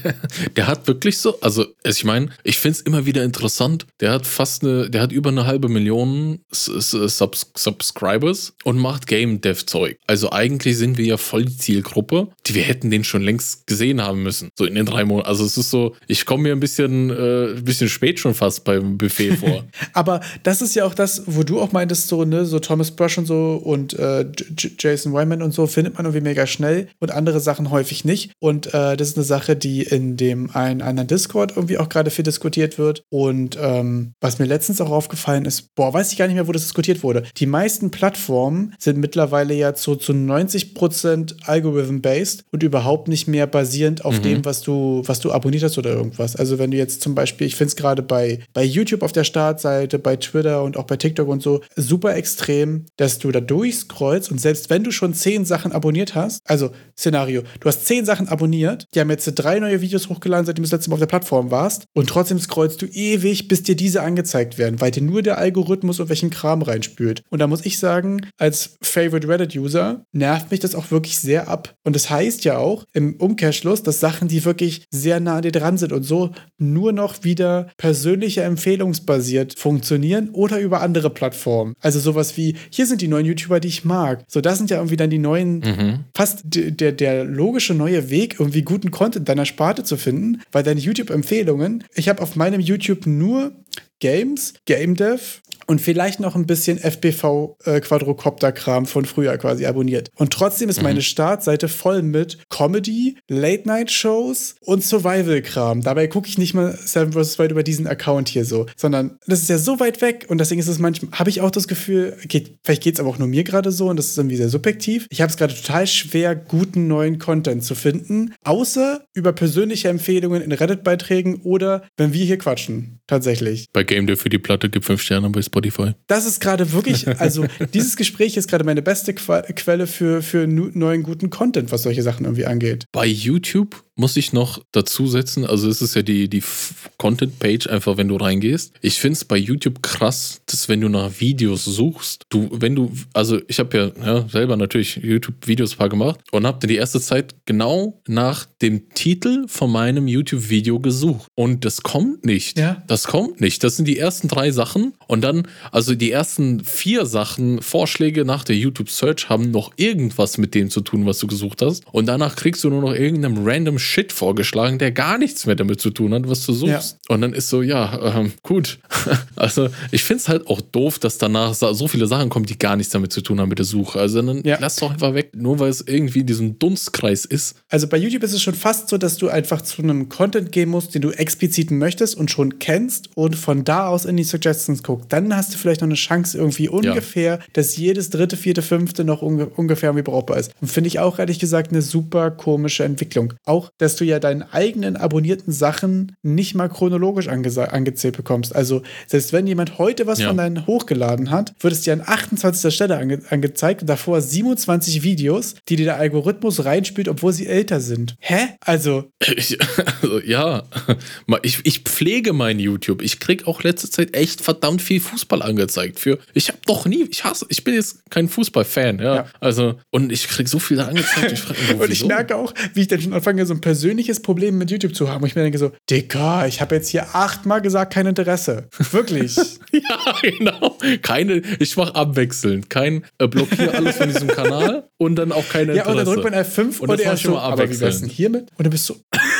Der hat wirklich so, also ich meine, ich finde es immer wieder interessant, der hat fast eine, der hat über eine halbe Million Subs- Subscribers und macht Game Dev Zeug. Also eigentlich sind wir ja voll die Zielgruppe, die wir hätten den schon längst gesehen haben müssen, so in den drei Monaten. Also es ist so, ich komme mir ein bisschen, äh, ein bisschen spät schon fast beim Buffet vor. Aber das ist ja auch das, wo du auch meintest, so, ne, so Thomas Brush und so und äh, J- Jason Wyman und so findet man irgendwie mega schnell und andere Sachen häufig nicht. Und äh, das ist eine Sache, die in dem einen anderen Discord irgendwie auch gerade viel diskutiert wird. Und ähm, was mir letztens auch aufgefallen ist, boah, weiß ich gar nicht mehr, wo das diskutiert wurde. Die meisten Plattformen sind mittlerweile ja zu, zu neunzig Prozent Algorithm-based und überhaupt nicht mehr basierend auf mhm. dem, was du, was du abonniert hast oder irgendwas. Also wenn du jetzt zum Beispiel, ich finde es gerade bei, bei YouTube auf der Startseite, bei Twitter und auch bei TikTok und so, super extrem, dass du da durchscrollst und selbst wenn du schon zehn Sachen abonniert hast, also Szenario, du hast zehn Sachen abonniert, die haben jetzt drei neue Videos hochgeladen, seitdem du das letzte Mal auf der Plattform warst und trotzdem scrollst du ewig, bis dir diese angezeigt werden, weil dir nur der Algorithmus und welchen Kram reinspült. Und da muss ich sagen, als Favorite Reddit-User nervt mich das auch wirklich sehr ab. Und das heißt ja auch im Umkehrschluss, dass Sachen, die wirklich sehr nah an dir dran sind und so nur noch wieder persönlicher empfehlungsbasiert funktionieren oder über andere Plattformen. Also sowas wie, hier sind die neuen YouTuber, die ich mag. So, das sind ja irgendwie dann die neuen, mhm. fast d- der, der logische neue Weg, irgendwie guten Content deiner Sparte zu finden, weil deine YouTube-Empfehlungen, ich habe auf meinem YouTube nur Games, Game Dev und vielleicht noch ein bisschen F B V-Quadrocopter-Kram von früher quasi abonniert. Und trotzdem ist mhm. meine Startseite voll mit Comedy, Late-Night-Shows und Survival-Kram. Dabei gucke ich nicht mal Seven versus. Wild über diesen Account hier so, sondern das ist ja so weit weg und deswegen ist es manchmal, habe ich auch das Gefühl, geht, vielleicht geht es aber auch nur mir gerade so und das ist irgendwie sehr subjektiv. Ich habe es gerade total schwer, guten neuen Content zu finden, außer über persönliche Empfehlungen in Reddit-Beiträgen oder wenn wir hier quatschen, tatsächlich. Bei Game Dev für die Platte gibt fünf Sterne bei Spotify. Das ist gerade wirklich, also dieses Gespräch ist gerade meine beste Qua- Quelle für, für nu- neuen guten Content, was solche Sachen irgendwie angeht. Bei YouTube muss ich noch dazu setzen, also es ist ja die, die Content-Page einfach, wenn du reingehst. Ich finde es bei YouTube krass, dass wenn du nach Videos suchst, du, wenn du, also ich habe ja, ja selber natürlich YouTube-Videos ein paar gemacht und habe dann die erste Zeit genau nach dem Titel von meinem YouTube-Video gesucht. Und das kommt nicht. Ja. Das kommt nicht. Das sind die ersten drei Sachen und dann, also die ersten vier Sachen, Vorschläge nach der YouTube-Search haben noch irgendwas mit dem zu tun, was du gesucht hast. Und danach kriegst du nur noch irgendeinem random Shit vorgeschlagen, der gar nichts mehr damit zu tun hat, was du suchst. Ja. Und dann ist so, ja, ähm, gut. Also ich finde es halt auch doof, dass danach so viele Sachen kommen, die gar nichts damit zu tun haben mit der Suche. Also dann ja. lass doch einfach weg, nur weil es irgendwie in diesem Dunstkreis ist. Also bei YouTube ist es schon fast so, dass du einfach zu einem Content gehen musst, den du explizit möchtest und schon kennst und von da aus in die Suggestions guckst. Dann hast du vielleicht noch eine Chance irgendwie ungefähr, ja. dass jedes dritte, vierte, fünfte noch unge- ungefähr irgendwie brauchbar ist. Und finde ich auch ehrlich gesagt eine super komische Entwicklung. Auch, dass du ja deinen eigenen abonnierten Sachen nicht mal chronologisch angesa- angezählt bekommst. Also selbst wenn jemand heute was ja. von deinen hochgeladen hat, wird es dir an achtundzwanzigster Stelle ange- angezeigt und davor siebenundzwanzig Videos, die dir der Algorithmus reinspielt, obwohl sie älter sind. Hä? Also Ich, also ja, ich, ich pflege mein YouTube. Ich krieg auch letzte Zeit echt verdammt viel Fußball angezeigt. Für ich habe doch nie, ich hasse, ich bin jetzt kein Fußballfan, ja. ja. Also und ich krieg so viel angezeigt. Ich frage mich, und ich merke auch, wie ich dann schon anfange, so ein persönliches Problem mit YouTube zu haben. Und ich mir denke so, Dicker, ich habe jetzt hier achtmal gesagt, kein Interesse. Wirklich. Ja, genau. Keine, ich mache abwechselnd. Kein äh, blockiere alles von diesem Kanal und dann auch keine Interesse. Ja, und dann drückt man F fünf und, und er ist so, aber wie wär's denn hiermit? Und du bist so,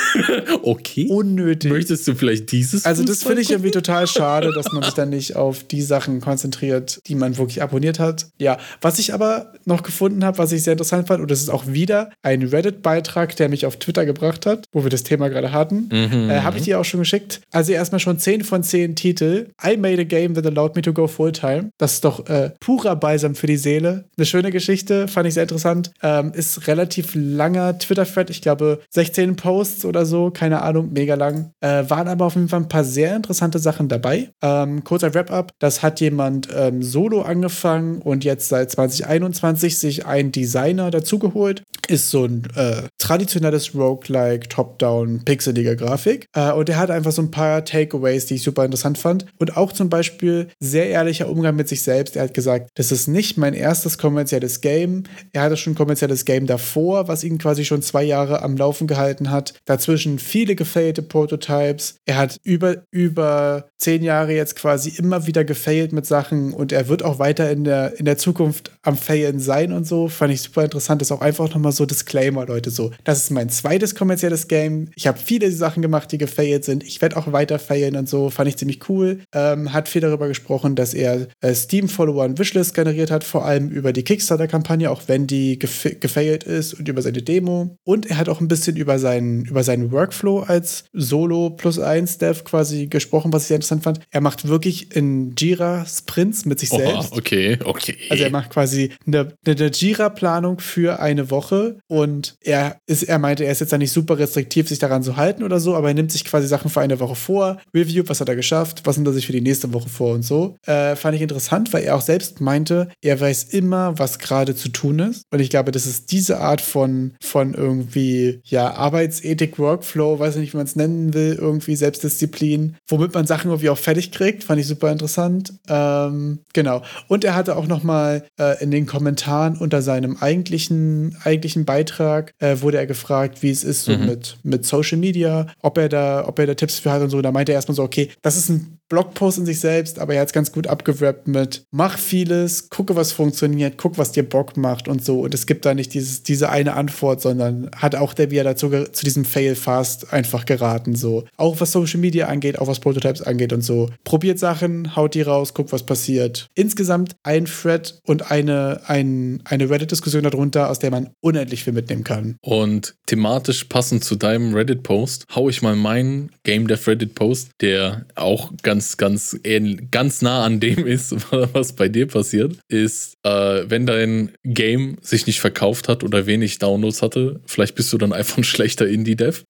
okay. Unnötig. Möchtest du vielleicht dieses? Also das finde ich irgendwie total schade, dass man sich dann nicht auf die Sachen konzentriert, die man wirklich abonniert hat. Ja, was ich aber noch gefunden habe, was ich sehr interessant fand, und das ist auch wieder ein Reddit-Beitrag, der mich auf Twitter gebracht hat, wo wir das Thema gerade hatten, Mhm. äh, habe ich dir auch schon geschickt. Also erstmal schon zehn von zehn Titel. I made a game that allowed me to go full-time. Das ist doch äh, purer Balsam für die Seele. Eine schöne Geschichte, fand ich sehr interessant. Ähm, ist relativ langer Twitter-Thread, ich glaube sechzehn Posts oder so, keine Ahnung, mega lang. Äh, waren aber auf jeden Fall ein paar sehr interessante Sachen dabei. Ähm, kurzer Wrap-up, das hat jemand ähm, solo angefangen und jetzt seit zwanzig einundzwanzig sich einen Designer dazugeholt. Ist so ein äh, traditionelles Roguelike, Top-Down, pixeliger Grafik. Äh, und er hat einfach so ein paar Takeaways, die ich super interessant fand. Und auch zum Beispiel sehr ehrlicher Umgang mit sich selbst. Er hat gesagt, das ist nicht mein erstes kommerzielles Game. Er hatte schon ein kommerzielles Game davor, was ihn quasi schon zwei Jahre am Laufen gehalten hat. Dazwischen viele gefailte Prototypes. Er hat über, über zehn Jahre jetzt quasi immer wieder gefailt mit Sachen und er wird auch weiter in der, in der Zukunft am Failen sein und so. Fand ich super interessant. Das ist auch einfach nochmal so Disclaimer, Leute. So, das ist mein zweites kommerzielles Game. Ich habe viele Sachen gemacht, die gefailt sind. Ich werde auch weiter failen und so. Fand ich ziemlich cool. Ähm, hat viel darüber gesprochen, dass er äh, Steam-Follower und Wishlist generiert hat, vor allem über die Kickstarter-Kampagne, auch wenn die gef- gefailt ist und über seine Demo. Und er hat auch ein bisschen über seinen, über seinen Workflow als Solo plus eins Dev quasi gesprochen, was ich sehr interessant fand. Er macht wirklich in Jira Sprints mit sich selbst. Oh, okay, okay. Also er macht quasi eine, eine Jira-Planung für eine Woche und er ist, er meinte, er ist jetzt da nicht super restriktiv, sich daran zu halten oder so, aber er nimmt sich quasi Sachen für eine Woche vor, Review, was hat er geschafft, was nimmt er sich für die nächste Woche vor und so. Äh, fand ich interessant, weil er auch selbst meinte, er weiß immer, was gerade zu tun ist. Und ich glaube, das ist diese Art von, von irgendwie, ja, Arbeitsethik, Workflow, weiß nicht, wie man es nennen will, irgendwie Selbstdisziplin, womit man Sachen irgendwie auch fertig kriegt, fand ich super interessant. Ähm, genau. Und er hatte auch noch mal äh, in den Kommentaren unter seinem eigentlichen, eigentlichen Beitrag äh, wurde er gefragt, wie es ist so mhm. mit, mit Social Media, ob er da, ob er da Tipps für hat und so. Da meinte er erstmal so, okay, das ist ein Blogpost in sich selbst, aber er hat es ganz gut abgewrappt mit mach vieles, gucke, was funktioniert, guck, was dir Bock macht und so. Und es gibt da nicht dieses, diese eine Antwort, sondern hat auch der Bia dazu zu diesem Fail Fast einfach geraten. So. Auch was Social Media angeht, auch was Prototypes angeht und so. Probiert Sachen, haut die raus, guckt, was passiert. Insgesamt ein Thread und eine, ein, eine Reddit-Diskussion darunter, aus der man unendlich viel mitnehmen kann. Und thematisch passend zu deinem Reddit-Post, hau ich mal meinen Game Dev Reddit-Post, der auch ganz Ganz, ganz, ganz nah an dem ist, was bei dir passiert, ist, äh, wenn dein Game sich nicht verkauft hat oder wenig Downloads hatte, vielleicht bist du dann einfach ein schlechter Indie-Dev.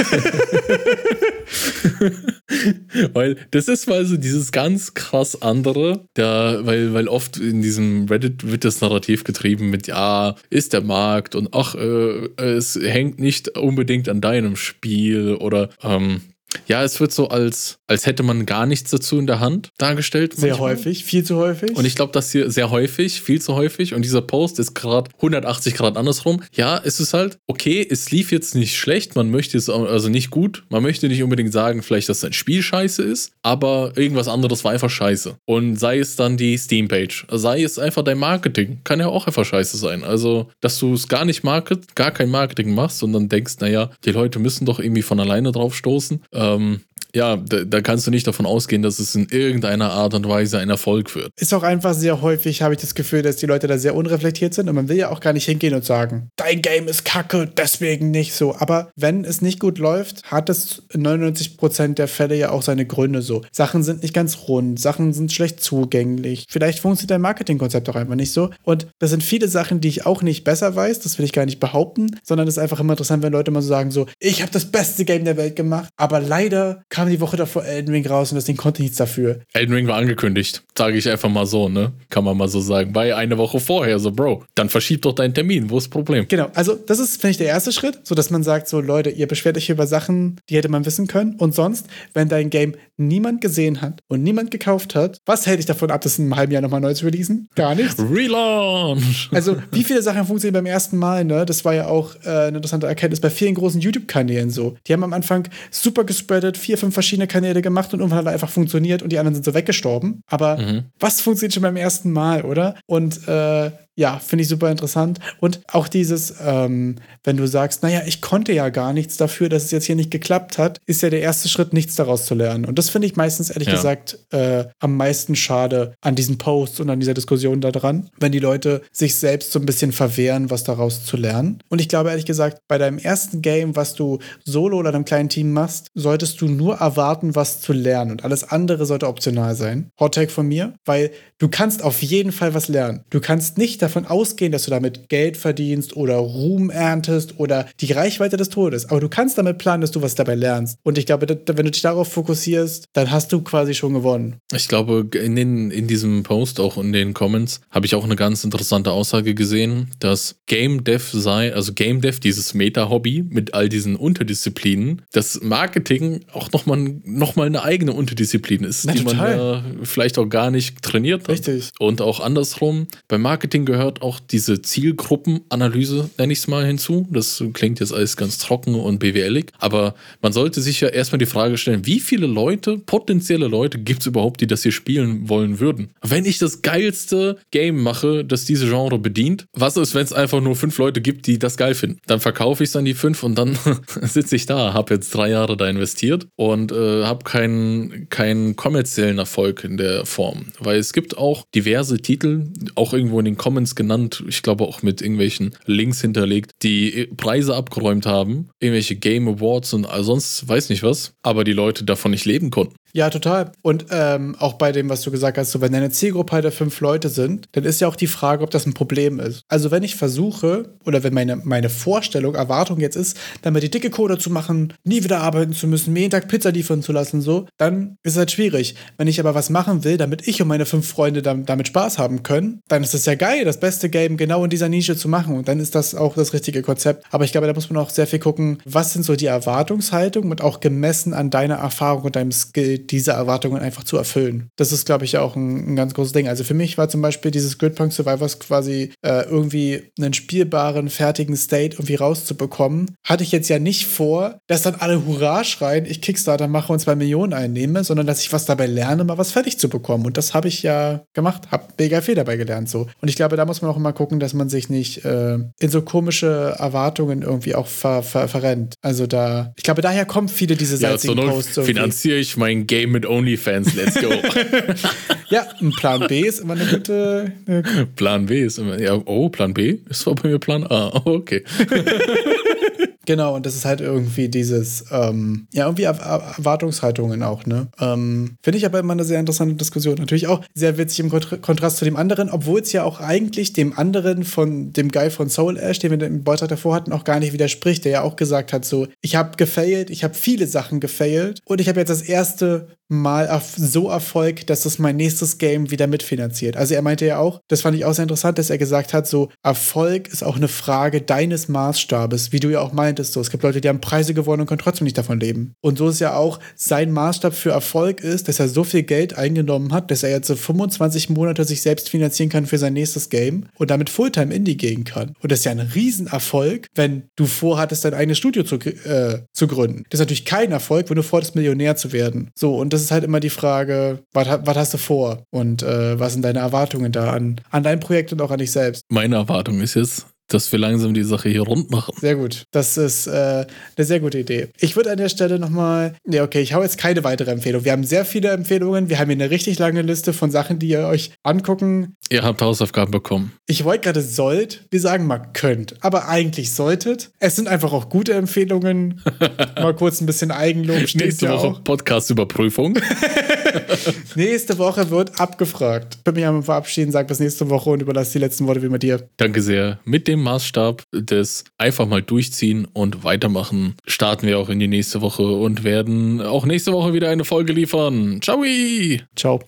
Weil das ist mal so dieses ganz krass andere, da, weil, weil oft in diesem Reddit wird das Narrativ getrieben mit, ja, ist der Markt und ach, äh, es hängt nicht unbedingt an deinem Spiel oder ähm, ja, es wird so als, als hätte man gar nichts dazu in der Hand dargestellt. Sehr manchmal. häufig, viel zu häufig. Und ich glaube, das hier sehr häufig, viel zu häufig. Und dieser Post ist gerade hundertachtzig Grad andersrum. Ja, es ist halt, okay, es lief jetzt nicht schlecht, man möchte es also nicht gut. Man möchte nicht unbedingt sagen, vielleicht, dass dein Spiel scheiße ist, aber irgendwas anderes war einfach scheiße. Und sei es dann die Steam-Page, sei es einfach dein Marketing, kann ja auch einfach scheiße sein. Also, dass du es gar nicht market, gar kein Marketing machst, sondern denkst, naja, die Leute müssen doch irgendwie von alleine drauf stoßen. Ähm, ja, da, da kannst du nicht davon ausgehen, dass es in irgendeiner Art und Weise ein Erfolg wird. Ist auch einfach sehr häufig, habe ich das Gefühl, dass die Leute da sehr unreflektiert sind und man will ja auch gar nicht hingehen und sagen, dein Game ist kacke, deswegen nicht so. Aber wenn es nicht gut läuft, hat es in neunundneunzig Prozent der Fälle ja auch seine Gründe so. Sachen sind nicht ganz rund, Sachen sind schlecht zugänglich. Vielleicht funktioniert dein Marketingkonzept auch einfach nicht so. Und das sind viele Sachen, die ich auch nicht besser weiß, das will ich gar nicht behaupten, sondern es ist einfach immer interessant, wenn Leute mal so sagen so, ich habe das beste Game der Welt gemacht, aber leider kann kam die Woche davor Elden Ring raus und das Ding konnte nichts dafür. Elden Ring war angekündigt, sage ich einfach mal so, ne? Kann man mal so sagen. War ja eine Woche vorher, so Bro, dann verschieb doch deinen Termin, wo ist das Problem? Genau, also das ist, finde ich, der erste Schritt, so dass man sagt, so Leute, ihr beschwert euch über Sachen, die hätte man wissen können und sonst, wenn dein Game niemand gesehen hat und niemand gekauft hat, was hält dich davon ab, das in einem halben Jahr nochmal neu zu releasen? Gar nichts. Relaunch! Also, wie viele Sachen funktionieren beim ersten Mal, ne? Das war ja auch äh, eine interessante Erkenntnis bei vielen großen YouTube-Kanälen so. Die haben am Anfang super gespreadet, vier, fünf verschiedene Kanäle gemacht und irgendwann hat er einfach funktioniert und die anderen sind so weggestorben. Aber mhm. was funktioniert schon beim ersten Mal, oder? Und äh, ja, finde ich super interessant. Und auch dieses, ähm, wenn du sagst, naja, ich konnte ja gar nichts dafür, dass es jetzt hier nicht geklappt hat, ist ja der erste Schritt, nichts daraus zu lernen. Und das finde ich meistens, ehrlich ja. gesagt, äh, am meisten schade an diesen Posts und an dieser Diskussion da dran, wenn die Leute sich selbst so ein bisschen verwehren, was daraus zu lernen. Und ich glaube, ehrlich gesagt, bei deinem ersten Game, was du solo oder einem kleinen Team machst, solltest du nur erwarten, was zu lernen. Und alles andere sollte optional sein. Hot Take von mir, weil du kannst auf jeden Fall was lernen. Du kannst nicht davon ausgehen, dass du damit Geld verdienst oder Ruhm erntest oder die Reichweite des Todes. Aber du kannst damit planen, dass du was dabei lernst. Und ich glaube, wenn du dich darauf fokussierst, dann hast du quasi schon gewonnen. Ich glaube, in, den, in diesem Post, auch in den Comments, habe ich auch eine ganz interessante Aussage gesehen, dass Game Dev sei, also Game Dev, dieses Meta-Hobby mit all diesen Unterdisziplinen, dass Marketing auch nochmal noch mal eine eigene Unterdisziplin ist, Na, die total. man ja vielleicht auch gar nicht trainiert hat. Richtig. Und auch andersrum, beim Marketing gehört auch diese Zielgruppenanalyse, nenne ich es mal, hinzu. Das klingt jetzt alles ganz trocken und B W L-ig, aber man sollte sich ja erstmal die Frage stellen, wie viele Leute, potenzielle Leute, gibt es überhaupt, die das hier spielen wollen würden? Wenn ich das geilste Game mache, das diese Genre bedient, was ist, wenn es einfach nur fünf Leute gibt, die das geil finden? Dann verkaufe ich es an die fünf und dann sitze ich da, habe jetzt drei Jahre da investiert und äh, habe keinen keinen kommerziellen Erfolg in der Form. Weil es gibt auch diverse Titel, auch irgendwo in den Comments genannt, ich glaube auch mit irgendwelchen Links hinterlegt, die Preise abgeräumt haben, irgendwelche Game Awards und sonst weiß nicht was, aber die Leute davon nicht leben konnten. Ja, total. Und ähm, auch bei dem, was du gesagt hast, so wenn deine Zielgruppe halt fünf Leute sind, dann ist ja auch die Frage, ob das ein Problem ist. Also wenn ich versuche, oder wenn meine, meine Vorstellung, Erwartung jetzt ist, dann mal die dicke Kohle zu machen, nie wieder arbeiten zu müssen, mir jeden Tag Pizza liefern zu lassen, so, dann ist es halt schwierig. Wenn ich aber was machen will, damit ich und meine fünf Freunde damit, damit Spaß haben können, dann ist es ja geil, das beste Game genau in dieser Nische zu machen. Und dann ist das auch das richtige Konzept. Aber ich glaube, da muss man auch sehr viel gucken, was sind so die Erwartungshaltungen und auch gemessen an deiner Erfahrung und deinem Skill, diese Erwartungen einfach zu erfüllen. Das ist, glaube ich, ja auch ein, ein ganz großes Ding. Also für mich war zum Beispiel dieses Gridpunk Survivors quasi äh, irgendwie einen spielbaren, fertigen State irgendwie rauszubekommen. Hatte ich jetzt ja nicht vor, dass dann alle Hurra schreien, ich Kickstarter mache und zwei Millionen einnehme, sondern dass ich was dabei lerne, mal was fertig zu bekommen. Und das habe ich ja gemacht, habe mega viel dabei gelernt. So. Und ich glaube, da muss man auch immer gucken, dass man sich nicht äh, in so komische Erwartungen irgendwie auch ver, ver, verrennt. Also da, ich glaube, daher kommen viele diese salzigen ja, Posts. Finanziere ich mein Game mit OnlyFans, let's go. Ja, ein Plan B ist immer eine gute... Eine Plan B ist immer, ja, oh, Plan B? Ist zwar bei mir Plan A, oh, okay. Genau, und das ist halt irgendwie dieses, ähm, ja, irgendwie er- er- Erwartungshaltungen auch, ne? Ähm, Finde ich aber immer eine sehr interessante Diskussion. Natürlich auch sehr witzig im Kont- Kontrast zu dem anderen, obwohl es ja auch eigentlich dem anderen von dem Guy von Soul Ash, den wir im Beitrag davor hatten, auch gar nicht widerspricht, der ja auch gesagt hat, so, ich habe gefailt, ich habe viele Sachen gefailt und ich habe jetzt das erste Mal erf- so Erfolg, dass das mein nächstes Game wieder mitfinanziert. Also er meinte ja auch, das fand ich auch sehr interessant, dass er gesagt hat, so, Erfolg ist auch eine Frage deines Maßstabes, wie du ja auch meintest, so, es gibt Leute, die haben Preise gewonnen und können trotzdem nicht davon leben. Und so ist ja auch, sein Maßstab für Erfolg ist, dass er so viel Geld eingenommen hat, dass er jetzt so fünfundzwanzig Monate sich selbst finanzieren kann für sein nächstes Game und damit Fulltime Indie gehen kann. Und das ist ja ein Riesenerfolg, wenn du vorhattest, dein eigenes Studio zu, äh, zu gründen. Das ist natürlich kein Erfolg, wenn du vorhattest, Millionär zu werden. So, und das ist halt immer die Frage, was, was hast du vor? Und äh, was sind deine Erwartungen da an, an dein Projekt und auch an dich selbst? Meine Erwartung ist jetzt, dass wir langsam die Sache hier rund machen. Sehr gut. Das ist äh, eine sehr gute Idee. Ich würde an der Stelle nochmal, nee, okay, ich hau jetzt keine weitere Empfehlung. Wir haben sehr viele Empfehlungen. Wir haben hier eine richtig lange Liste von Sachen, die ihr euch angucken. Ihr habt Hausaufgaben bekommen. Ich wollte gerade sollt, wir sagen mal könnt, aber eigentlich solltet. Es sind einfach auch gute Empfehlungen. Mal kurz ein bisschen Eigenlob. Nächste ja Woche auch. Podcast-Überprüfung. Nächste Woche wird abgefragt. Ich würde mich einmal verabschieden, sag bis nächste Woche und überlasse die letzten Worte wie mit dir. Danke sehr. Mit dem Maßstab des einfach mal durchziehen und weitermachen starten wir auch in die nächste Woche und werden auch nächste Woche wieder eine Folge liefern. Ciao! Ciao.